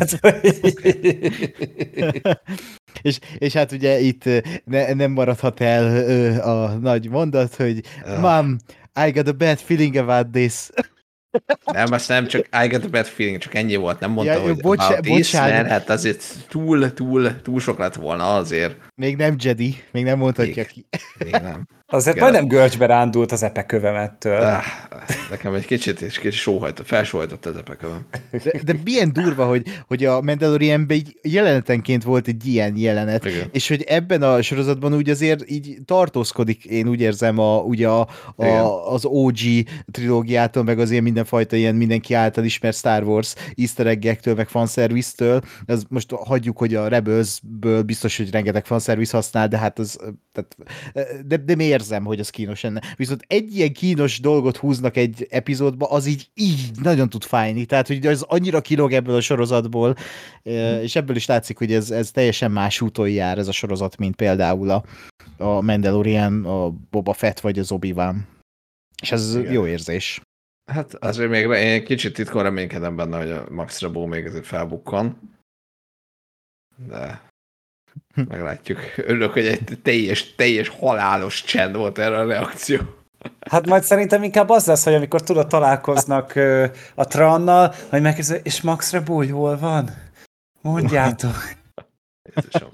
[SPEAKER 1] és, és hát ugye itt ne, nem maradhat el a nagy mondat, hogy Mom, I got a bad feeling about this.
[SPEAKER 3] Nem, azt nem, csak I got a bad feeling, csak ennyi volt, nem mondta,
[SPEAKER 1] ja,
[SPEAKER 3] hogy
[SPEAKER 1] bocs,
[SPEAKER 3] about this,
[SPEAKER 1] bocsánat.
[SPEAKER 3] mert hát azért túl, túl, túl sok lett volna azért.
[SPEAKER 1] Még nem Jedi, még nem mondhatja ki.
[SPEAKER 3] Még nem.
[SPEAKER 2] Azért Igen. majdnem görcsbe rándult az epekövemettől.
[SPEAKER 3] Ah, nekem egy kicsit, és kicsit sóhajtott, felsóhajtott az epekövem.
[SPEAKER 1] De, de milyen durva, hogy, hogy a Mandalorianben így jelenetenként volt egy ilyen jelenet, Igen. és hogy ebben a sorozatban úgy azért így tartózkodik, én úgy érzem, a, ugye a, a, az o gé trilógiától, meg az ilyen mindenfajta ilyen mindenki által ismert Star Wars easter egg-ektől, meg fanservice-től. Az most hagyjuk, hogy a Rebelsből biztos, hogy rengeteg fanservice használ, de hát az, tehát, de, de miért érzem, hogy az kínos lenne. Viszont egy ilyen kínos dolgot húznak egy epizódba, az így, így nagyon tud fájni. Tehát, hogy az annyira kilóg ebből a sorozatból, és ebből is látszik, hogy ez, ez teljesen más úton jár ez a sorozat, mint például a, a Mandalorian, a Boba Fett vagy az Obi-Wan. És ez Igen. jó érzés.
[SPEAKER 3] Hát azért még én kicsit titkon reménykedem benne, hogy a Max Rebo még azért felbukkan. De... meglátjuk. Örülök, hogy egy teljes, teljes halálos csend volt erre a reakció.
[SPEAKER 2] Hát majd szerintem inkább az lesz, hogy amikor tudod találkoznak a Trannal, hogy megkérdezi, és Max Rebo jól van? Mondjátok.
[SPEAKER 3] Jézusom.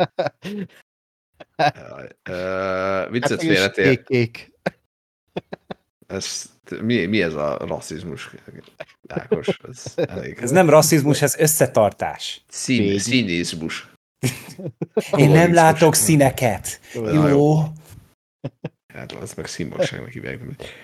[SPEAKER 3] uh, viccet félretér.
[SPEAKER 1] Kék.
[SPEAKER 3] Ez, mi, mi ez a rasszizmus? Ákos, ez elég.
[SPEAKER 2] Ez nem rasszizmus, ez összetartás.
[SPEAKER 3] Szín, színizmus.
[SPEAKER 2] Én nem látok színeket. Jó. jó.
[SPEAKER 3] Hát az meg színbagságnak hívják.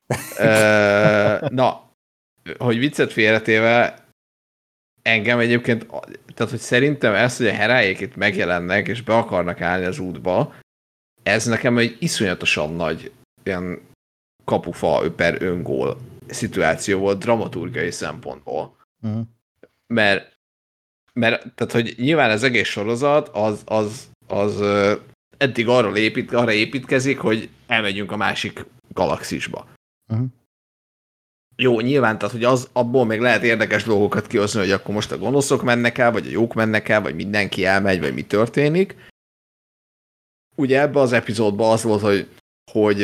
[SPEAKER 3] uh, na, hogy viccet félretéve, engem egyébként, tehát hogy szerintem ez, hogy a Herályék itt megjelennek, és be akarnak állni az útba, ez nekem egy iszonyatosan nagy ilyen kapufa per öngól szituáció volt dramaturgiai szempontból. Uh-huh. Mert Mert, tehát, hogy nyilván az egész sorozat az, az, az eddig arra, épít, arra építkezik, hogy elmegyünk a másik galaxisba. Uh-huh. Jó, nyilván, tehát, hogy az, abból még lehet érdekes dolgokat kihozni, hogy akkor most a gonoszok mennek el, vagy a jók mennek el, vagy mindenki elmegy, vagy mi történik. Ugye ebben az epizódban az volt, hogy, hogy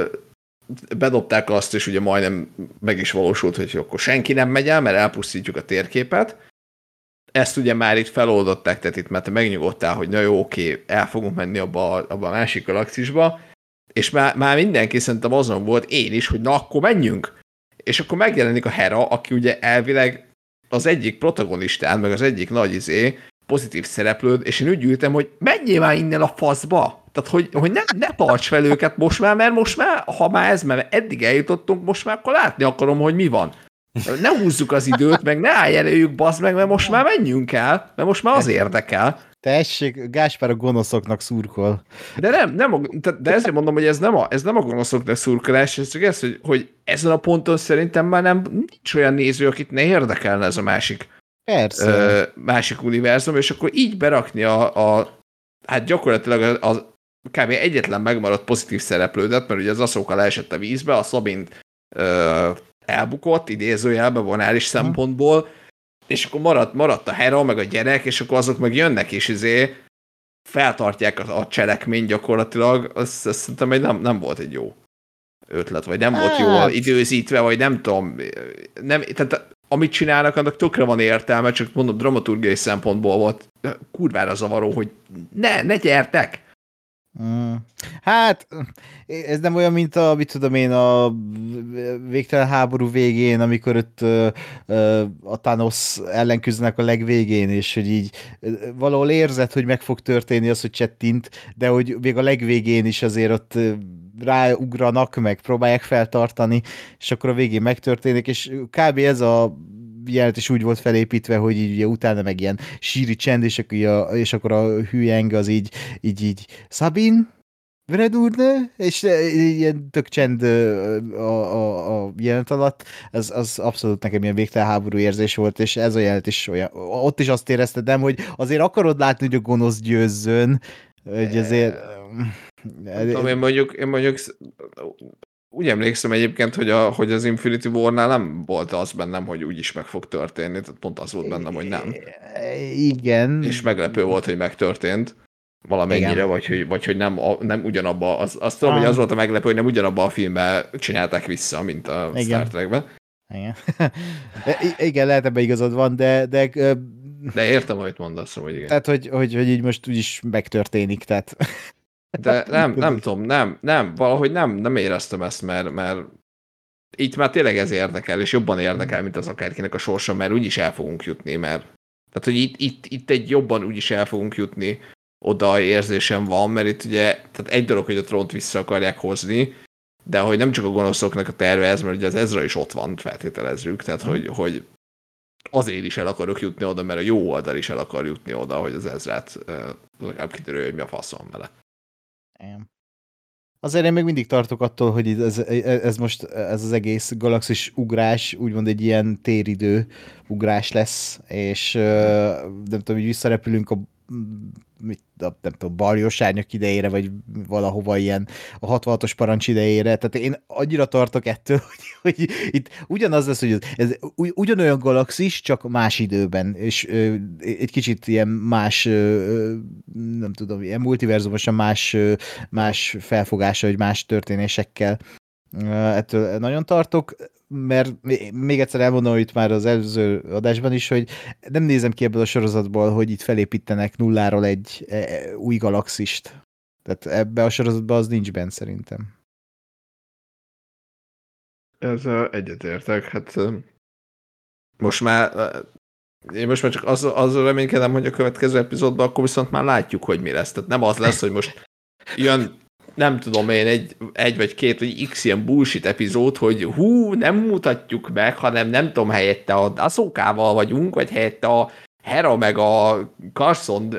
[SPEAKER 3] bedobták azt, és ugye majdnem meg is valósult, hogy akkor senki nem megy el, mert elpusztítjuk a térképet. Ezt ugye már itt feloldották, tehát itt már te megnyugodtál, hogy na jó, oké, el fogunk menni abba, abba a másik galaxisba, és már, már mindenki szerintem azon volt, én is, hogy na akkor menjünk. És akkor megjelenik a Hera, aki ugye elvileg az egyik protagonistán, meg az egyik nagy izé, pozitív szereplőd, és én úgy ültem, hogy menjél már innen a faszba. Tehát, hogy, hogy ne, ne tarts fel őket most már, mert most már, ha már ez, mert eddig eljutottunk, most már akkor látni akarom, hogy mi van. Ne húzzuk az időt, meg ne állj előjük, bazd meg, mert most már menjünk el, mert most már az érdekel.
[SPEAKER 1] Tessék, Gáspár a gonoszoknak szurkol.
[SPEAKER 3] De nem, nem a, de ezért mondom, hogy ez nem a, ez nem a gonoszoknak szurkolás, ez csak ez, hogy, hogy ezen a ponton szerintem már nem, nincs olyan néző, akit ne érdekelne ez a másik, ö, másik univerzum, és akkor így berakni a, a hát gyakorlatilag az, az kb. Egyetlen megmaradt pozitív szereplődet, mert ugye az Ahsoka leesett a vízbe, a Sabine ö, elbukott, idézőjelben vonális szempontból, és akkor maradt, maradt a Hera, meg a gyerek, és akkor azok meg jönnek, és izé feltartják a, a cselekményt gyakorlatilag, az, az szerintem egy nem, nem volt egy jó ötlet, vagy nem volt jól időzítve, vagy nem tudom, nem, tehát amit csinálnak, annak tökre van értelme, csak mondom, dramaturgiai szempontból volt kurvára zavaró, hogy ne, ne gyertek!
[SPEAKER 1] Mm. Hát, ez nem olyan, mint a, mit tudom én, a végtelen háború végén, amikor ott uh, uh, a Thanos ellen küzdenek a legvégén, és hogy így uh, valahol érzed, hogy meg fog történni az, hogy csettint, de hogy még a legvégén is azért ott uh, ráugranak, meg próbálják feltartani, és akkor a végén megtörténik, és kb. Ez a jelent is úgy volt felépítve, hogy így ugye utána meg ilyen síri csend, és akkor, a, és akkor a hülyeng az így, így, így Sabin, Vredurne, és ilyen tök csend a, a, a jelent alatt, ez, az abszolút nekem ilyen végtelen háború érzés volt, és ez a jelent is olyan, ott is azt éreztem, hogy azért akarod látni, hogy a gonosz győzzön, hogy azért...
[SPEAKER 3] Tudom, én mondjuk, én mondjuk úgy emlékszem egyébként, hogy, a, hogy az Infinity War-nál nem volt az bennem, hogy úgyis meg fog történni, tehát pont az volt bennem, hogy nem.
[SPEAKER 1] Igen.
[SPEAKER 3] És meglepő volt, hogy megtörtént valamennyire, igen. vagy hogy, vagy hogy nem, nem ugyanabba, az, azt tudom, ah. hogy az volt a meglepő, hogy nem ugyanabba a filmben csinálták vissza, mint a igen. Star Trekben.
[SPEAKER 1] Igen. igen, lehet ebben igazad van, de, de
[SPEAKER 3] de értem, amit mondasz, hogy igen.
[SPEAKER 1] Tehát, hogy, hogy, hogy így most úgyis megtörténik, tehát...
[SPEAKER 3] De nem, nem tudom, nem, nem, valahogy nem, nem éreztem ezt, mert, mert itt már tényleg ez érdekel, és jobban érdekel, mint az akárkinek a sorsa, mert úgyis el fogunk jutni, mert tehát, hogy itt, itt, itt egy jobban úgyis el fogunk jutni, oda érzésem van, mert itt ugye, tehát egy dolog, hogy a trónt vissza akarják hozni, de hogy nem csak a gonoszoknak a terve ez, mert ugye az Ezra is ott van, feltételezzük, tehát hogy, hogy azért is el akarok jutni oda, mert a jó oldal is el akar jutni oda, hogy az Ezrát legalább kiderül, hogy mi a fasz van vele.
[SPEAKER 1] Azért én még mindig tartok attól, hogy ez, ez most ez az egész galaxis ugrás úgymond egy ilyen téridő ugrás lesz, és nem tudom, hogy visszarepülünk a mit, a, nem tudom, Baljós árnyak idejére, vagy valahova ilyen a hatvanhatos parancs idejére. Tehát én annyira tartok ettől, hogy, hogy itt ugyanaz lesz, hogy ez, ez ugyanolyan galaxis, csak más időben, és ö, egy kicsit ilyen más, ö, nem tudom, ilyen multiverzumosan más, ö, más felfogása, vagy más történésekkel. Ettől nagyon tartok, mert még egyszer elmondom, hogy itt már az előző adásban is, hogy nem nézem ki ebből a sorozatból, hogy itt felépítenek nulláról egy új galaxist. Tehát ebbe a sorozatban az nincs benne szerintem.
[SPEAKER 3] Ez egyetértek, hát most már én most már csak azzal, azzal reménykedem, hogy a következő epizódban akkor viszont már látjuk, hogy mi lesz. Tehát nem az lesz, hogy most jön nem tudom én, egy, egy vagy két, vagy x ilyen bullshit epizód, hogy hú, nem mutatjuk meg, hanem nem tudom, helyette a Ahsokával vagyunk, vagy helyette a Hera meg a Carson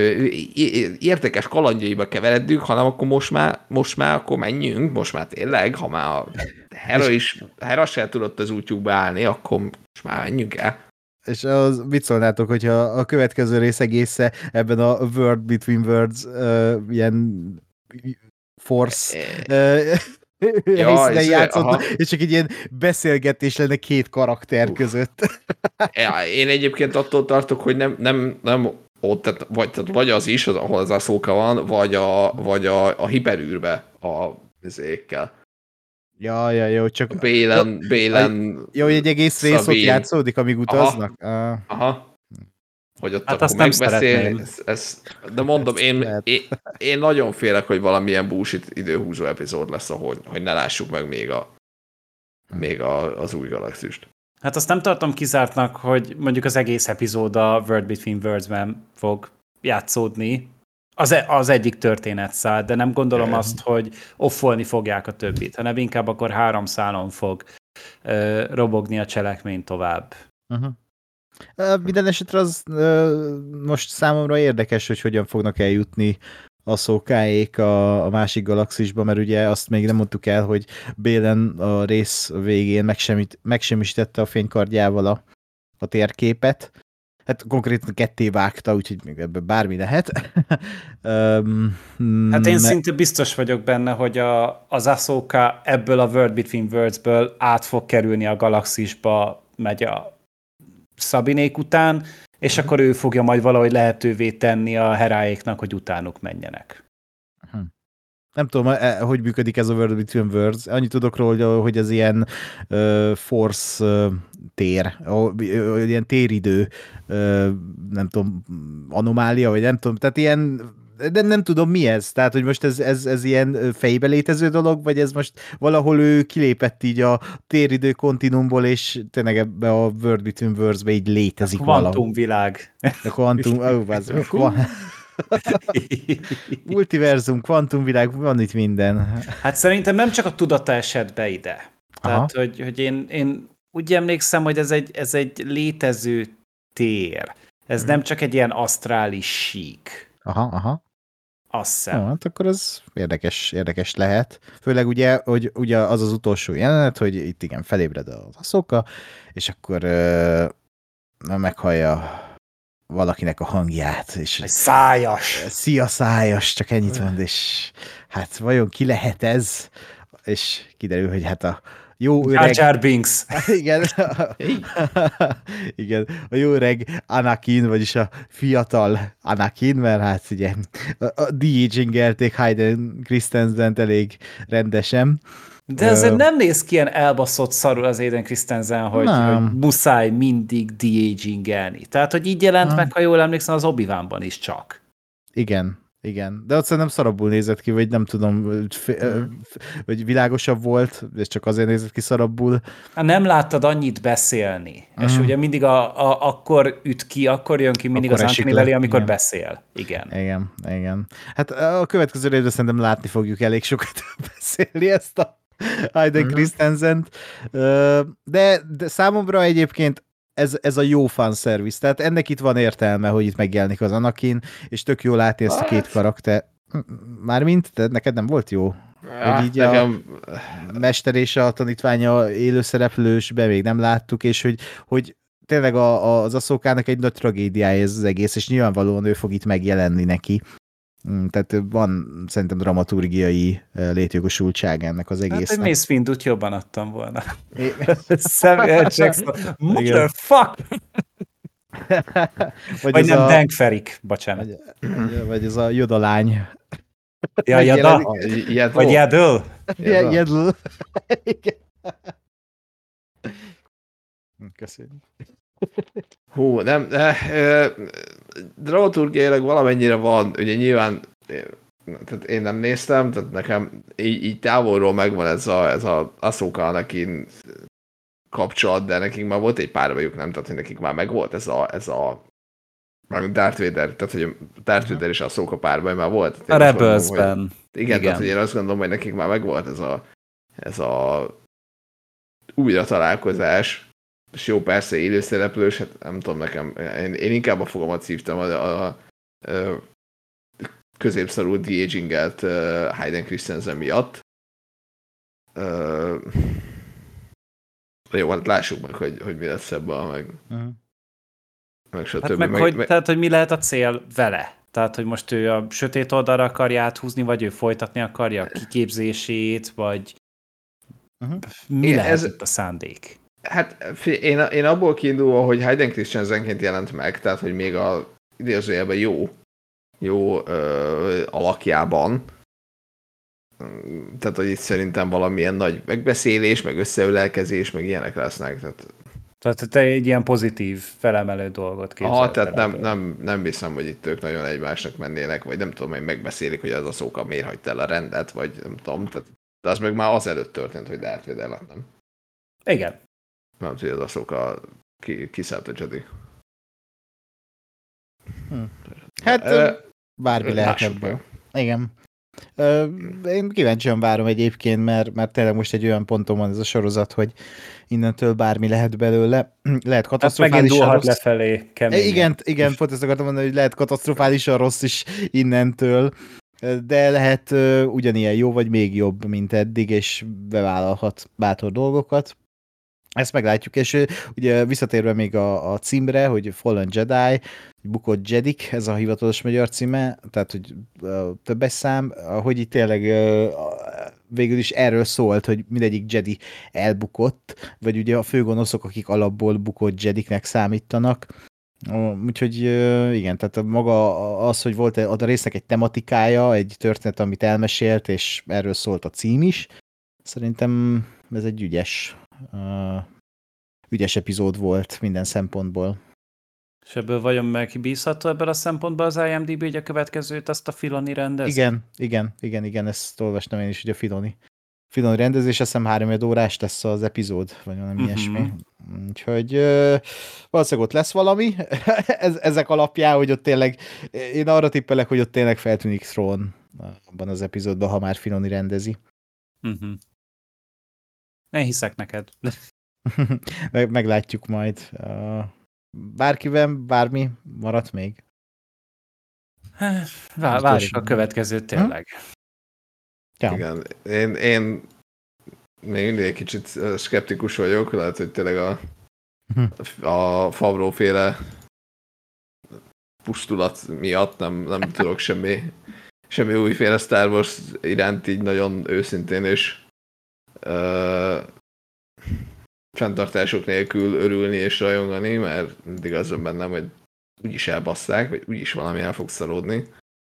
[SPEAKER 3] értékes kalandjaiba keveredünk, hanem akkor most már, most már akkor menjünk, most már tényleg, ha már a Hera is, Hera se tudott az útjukba állni, akkor most már menjünk el.
[SPEAKER 1] És az mit szólnátok, hogyha a következő rész egésze ebben a World Between Worlds uh, ilyen Force uh,
[SPEAKER 3] ja,
[SPEAKER 1] helyszínen játszott, és csak egy ilyen beszélgetés lenne két karakter Uf. között.
[SPEAKER 3] Ja, én egyébként attól tartok, hogy nem, nem, nem ott, tehát, vagy, tehát vagy az is, az, ahol az Ahsoka van, vagy a, vagy a, a hiperűrbe a zékkel.
[SPEAKER 1] Ja, ja, jó, csak...
[SPEAKER 3] Bélen, Bélen...
[SPEAKER 1] Jó, hogy egy egész rész ott játszódik, amíg utaznak?
[SPEAKER 3] Aha. Uh. Aha. Hogy ott
[SPEAKER 2] hát
[SPEAKER 3] akkor megbeszél, ez, ez, de mondom, én, én, én nagyon félek, hogy valamilyen bullshit időhúzó epizód lesz, ahogy, hogy ne lássuk meg még, a, még a, az új galaxist.
[SPEAKER 2] Hát azt nem tartom kizártnak, hogy mondjuk az egész epizód a World Between Worlds-ben fog játszódni. Az, e, az egyik történetszál, de nem gondolom yeah. azt, hogy offolni fogják a többit, hanem inkább akkor három szálon fog uh, robogni a cselekmény tovább.
[SPEAKER 1] Uh-huh. Uh, minden esetre az uh, most számomra érdekes, hogy hogyan fognak eljutni Ahsokáék a, a másik galaxisba, mert ugye azt még nem mondtuk el, hogy Bélen a rész végén megsemmit, megsemmisítette a fénykardjával a, a térképet. Hát konkrétan ketté vágta, úgyhogy még ebben bármi lehet. um,
[SPEAKER 2] hát én szinte biztos vagyok benne, hogy a, az Ahsoka ebből a World Between Worlds-ből át fog kerülni a galaxisba, megy a Sabinék után, és akkor ő fogja majd valahogy lehetővé tenni a Heráéknak, hogy utánuk menjenek.
[SPEAKER 1] Nem tudom, hogy működik ez a World Between Worlds. Annyit tudok róla, hogy ez ilyen uh, force uh, tér, uh, ilyen téridő, uh, nem tudom, anomália, vagy nem tudom, tehát ilyen de nem tudom mi ez, tehát hogy most ez, ez, ez ilyen fejbe létező dolog, vagy ez most valahol ő kilépett így a téridő kontinumból, és tényleg ebbe a World Between Worlds-be így létezik valahol.
[SPEAKER 2] Kvantumvilág.
[SPEAKER 1] A kvantum, ó, az, multiverzum, kvantumvilág, van itt minden.
[SPEAKER 2] Hát szerintem nem csak a tudata esett be ide. Tehát, hogy, hogy én, én úgy emlékszem, hogy ez egy, ez egy létező tér. Ez hmm. nem csak egy ilyen asztrális sík.
[SPEAKER 1] Aha, aha.
[SPEAKER 2] Azt hiszem.
[SPEAKER 1] No, hát akkor ez érdekes, érdekes lehet. Főleg ugye, hogy ugye az az utolsó jelenet, hogy itt igen, felébred az Ahsoka, és akkor uh, meghallja valakinek a hangját. És
[SPEAKER 2] egy szájas.
[SPEAKER 1] Szia szájas, csak ennyit mond, és hát vajon ki lehet ez? És kiderül, hogy hát a jó öreg...
[SPEAKER 2] Jar Jar Binks.
[SPEAKER 1] Igen. Igen. A jó öreg Anakin, vagyis a fiatal Anakin, mert hát ugye a de-agingelték Hayden Christensen elég rendesen.
[SPEAKER 2] De azért uh, nem néz ki ilyen elbaszott szarul az Hayden Christensen, hogy, hogy muszáj mindig de-agingelni. Tehát, hogy így jelent nem. meg, ha jól emlékszem, az Obi-Wanban is csak.
[SPEAKER 1] Igen. Igen, de ott szerintem szarabbul nézett ki, vagy nem tudom, vagy világosabb volt, és csak azért nézett ki szarabbul.
[SPEAKER 2] Nem láttad annyit beszélni, uh-huh. és ugye mindig a, a, akkor üt ki, akkor jön ki mindig akkor az Uncanny Valley, amikor igen. beszél. Igen.
[SPEAKER 1] Igen, igen. Hát a következő részben szerintem látni fogjuk elég sokat beszélni ezt a Hayden uh-huh. Christensent, de, de számomra egyébként Ez, ez a jó fanservice, tehát ennek itt van értelme, hogy itt megjelenik az Anakin, és tök jó látni ezt a két karakter. Mármint? Te neked nem volt jó?
[SPEAKER 3] Ja,
[SPEAKER 1] hogy így nekem... a mester és a tanítványa élőszereplősbe még nem láttuk, és hogy, hogy tényleg a, a, az Ahsokának egy nagy tragédiája ez az egész, és nyilvánvalóan ő fog itt megjelenni neki. Tehát van szerintem dramaturgiai létjogosultság ennek az egésznek. Hát,
[SPEAKER 2] hogy Mace Windut jobban adtam volna. Samuel Jackson. Motherfuck! Vagy, vagy nem, a... Dank Ferik, bocsánat.
[SPEAKER 1] Vagy, vagy ez a Yoda lány.
[SPEAKER 2] Ja, Yoda? Vagy Yaddle?
[SPEAKER 1] Yaddle. Köszönjük.
[SPEAKER 3] Hú, nem, de, e, dramaturgiailag valamennyire van, ugye nyilván, tehát én nem néztem, tehát nekem így, így távolról megvan ez a, ez a Ahsoka Anakin kapcsolat, de nekik már volt egy pár bajuk, nem? Tehát, hogy nekik már megvolt ez a, ez a Darth Vader, tehát, hogy Darth Vader és Ahsoka párbaj már volt.
[SPEAKER 2] A Rebelsben.
[SPEAKER 3] Igen, igen, tehát, hogy én azt gondolom, hogy nekik már megvolt ez a, ez a újra találkozás, és jó, persze élőszereplős, hát nem tudom nekem, én, én inkább a fogamat szívtam a, a, a, a középszarú de-agingelt uh, Hayden Christensen miatt. Uh, jó, hát lássuk meg, hogy, hogy mi lesz ebből, meg, uh-huh. meg stb.
[SPEAKER 2] Hát meg, meg, hogy, meg, tehát, hogy mi lehet a cél vele? Tehát, hogy most ő a sötét oldalra akarja áthúzni, vagy ő folytatni akarja a kiképzését, vagy uh-huh. mi én lehet ez... itt a szándék?
[SPEAKER 3] Hát én, én abból kiindulva, hogy Hayden Christensenként jelent meg, tehát hogy még a idézőjelben jó, jó ö, alakjában, tehát hogy itt szerintem valamilyen nagy megbeszélés, meg összeölelkezés, meg ilyenek lesznek. Tehát,
[SPEAKER 2] tehát te egy ilyen pozitív, felemelő dolgot képzelsz.
[SPEAKER 3] Aha, tehát nem, nem, nem hiszem, hogy itt ők nagyon egymásnak mennének, vagy nem tudom, hogy megbeszélik, hogy az Ahsoka miért hagyta el a rendet, vagy nem tudom, tehát, de az meg már azelőtt történt, hogy Darth Vader lett, nem?
[SPEAKER 2] Igen.
[SPEAKER 3] Nem tudom, hogy az Ahsoka ki, kiszállt a Jedi.
[SPEAKER 1] Hm. Hát uh, bármi lehet ebből. Igen. Uh, én kíváncsian várom egyébként, mert, mert tényleg most egy olyan ponton van ez a sorozat, hogy innentől bármi lehet belőle. Lehet katasztrofálisan rossz.
[SPEAKER 2] Lefelé keményen.
[SPEAKER 1] Igen, igen, pont ezt akartam mondani, hogy lehet katasztrofálisan rossz is innentől, de lehet uh, ugyanilyen jó, vagy még jobb, mint eddig, és bevállalhat bátor dolgokat. Ezt meglátjuk, és ugye visszatérve még a, a címre, hogy Fallen Jedi, bukott Jedik, ez a hivatalos magyar címe, tehát hogy uh, többes szám, hogy itt tényleg uh, végül is erről szólt, hogy mindegyik Jedi elbukott, vagy ugye a főgonoszok, akik alapból bukott Jediknek számítanak. Uh, úgyhogy uh, igen, tehát maga az, hogy volt a résznek egy tematikája, egy történet, amit elmesélt, és erről szólt a cím is, szerintem ez egy ügyes Uh, ügyes epizód volt minden szempontból.
[SPEAKER 2] És ebből vajon megbízható ebből a szempontból az I M D B, hogy a következőt azt a Filoni rendezi?
[SPEAKER 1] Igen, igen, igen, igen, ezt olvastam én is, hogy a Filoni. Filoni rendezés, azt hiszem három órás lesz az epizód, vagy valami uh-huh. ilyesmi. Úgyhogy uh, valószínűleg ott lesz valami Ez, ezek alapján, hogy ott tényleg, én arra tippelek, hogy ott tényleg feltűnik Thrawn abban az epizódban, ha már Filoni rendezi.
[SPEAKER 2] Uh-huh. Én hiszek neked.
[SPEAKER 1] Meg, meglátjuk majd. Uh, bárkiben bármi maradt még?
[SPEAKER 2] Vár, várjuk a következőt tényleg.
[SPEAKER 1] Ja.
[SPEAKER 3] Igen, én, én még mindig egy kicsit szkeptikus vagyok, lehet, hogy tényleg a, a Favreau-féle pusztulat miatt nem, nem tudok semmi, semmi újféle Star Wars iránt így nagyon őszintén és uh, fenntartások nélkül örülni és rajongani, mert mindig az van bennem, hogy úgyis elbasszák, vagy úgyis valami el fog szaródni.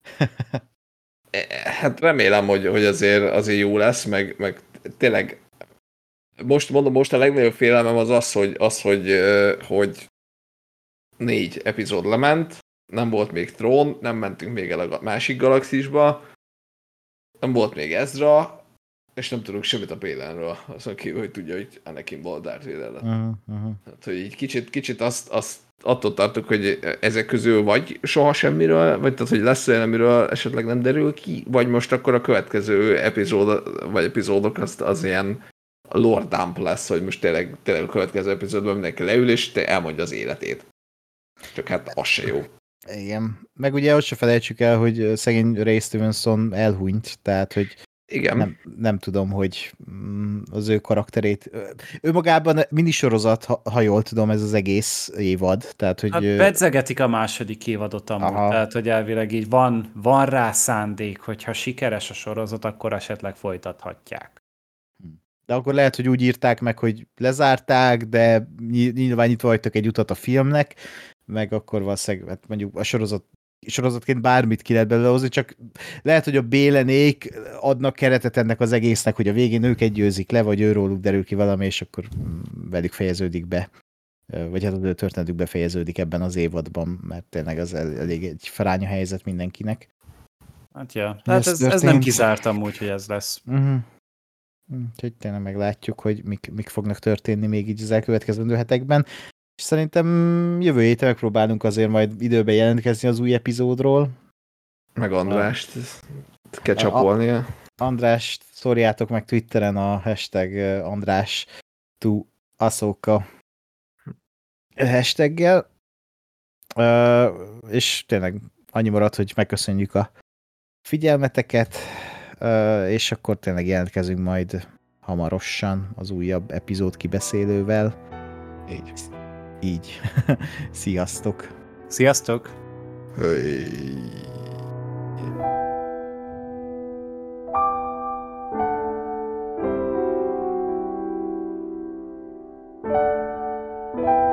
[SPEAKER 3] Hát remélem, hogy, hogy azért, azért jó lesz, meg, meg tényleg most mondom, most a legnagyobb félelmem az az, hogy, az, hogy, hogy négy epizód lement, nem volt még Thrawn, nem mentünk még el a másik galaxisba, nem volt még Ezra, és nem tudunk semmit a Bélenről, azon kívül, hogy tudja, hogy Anakin volt Darth Vader lett. Uh-huh, uh-huh. Hát, hogy így kicsit, kicsit azt, azt attól tartok, hogy ezek közül vagy soha semmiről, vagy tehát, hogy lesz olyan, amiről esetleg nem derül ki, vagy most akkor a következő epizód, vagy epizódok az, az ilyen lore dump lesz, hogy most tényleg, tényleg a következő epizódban mindenki leül, és te elmondja az életét. Csak hát az se jó.
[SPEAKER 1] Igen. Meg ugye azt se felejtsük el, hogy szegény Ray Stevenson elhunyt, tehát, hogy
[SPEAKER 3] igen.
[SPEAKER 1] Nem, nem tudom, hogy az ő karakterét... Ő magában minisorozat, ha, ha jól tudom, ez az egész évad. Tehát, hogy...
[SPEAKER 2] Hát pedzegetik a második évadot amúgy, aha. Tehát, hogy elvileg így van, van rá szándék, hogyha sikeres a sorozat, akkor esetleg folytathatják.
[SPEAKER 1] De akkor lehet, hogy úgy írták meg, hogy lezárták, de nyilván nyitva hagytak egy utat a filmnek, meg akkor valószínűleg mondjuk a sorozat sorozatként bármit ki lehet belőle hozni, csak lehet, hogy a Bélenék adnak keretet ennek az egésznek, hogy a végén őket győzik le, vagy őróluk derül ki valami, és akkor velük fejeződik be. Vagy hát az ő történetük befejeződik ebben az évadban, mert tényleg az elég egy fránya helyzet mindenkinek.
[SPEAKER 2] Hát ja, hát ez, ez nem kizártam úgy, hogy ez lesz.
[SPEAKER 1] Uh-huh. Úgyhogy tényleg meglátjuk, hogy mik, mik fognak történni még így az elkövetkezendő hetekben. És szerintem jövő héten megpróbálunk azért majd időben jelentkezni az új epizódról.
[SPEAKER 3] Meg Andrást kell csapolnia.
[SPEAKER 1] Andrást szórjátok meg Twitteren a hashtag András to Ahsoka hashtaggel. És tényleg annyi maradt, hogy megköszönjük a figyelmeteket, és akkor tényleg jelentkezünk majd hamarosan az újabb epizód kibeszélővel.
[SPEAKER 3] Így.
[SPEAKER 1] Így. Sziasztok!
[SPEAKER 2] Sziasztok!
[SPEAKER 3] Hey.
[SPEAKER 1] Thank you.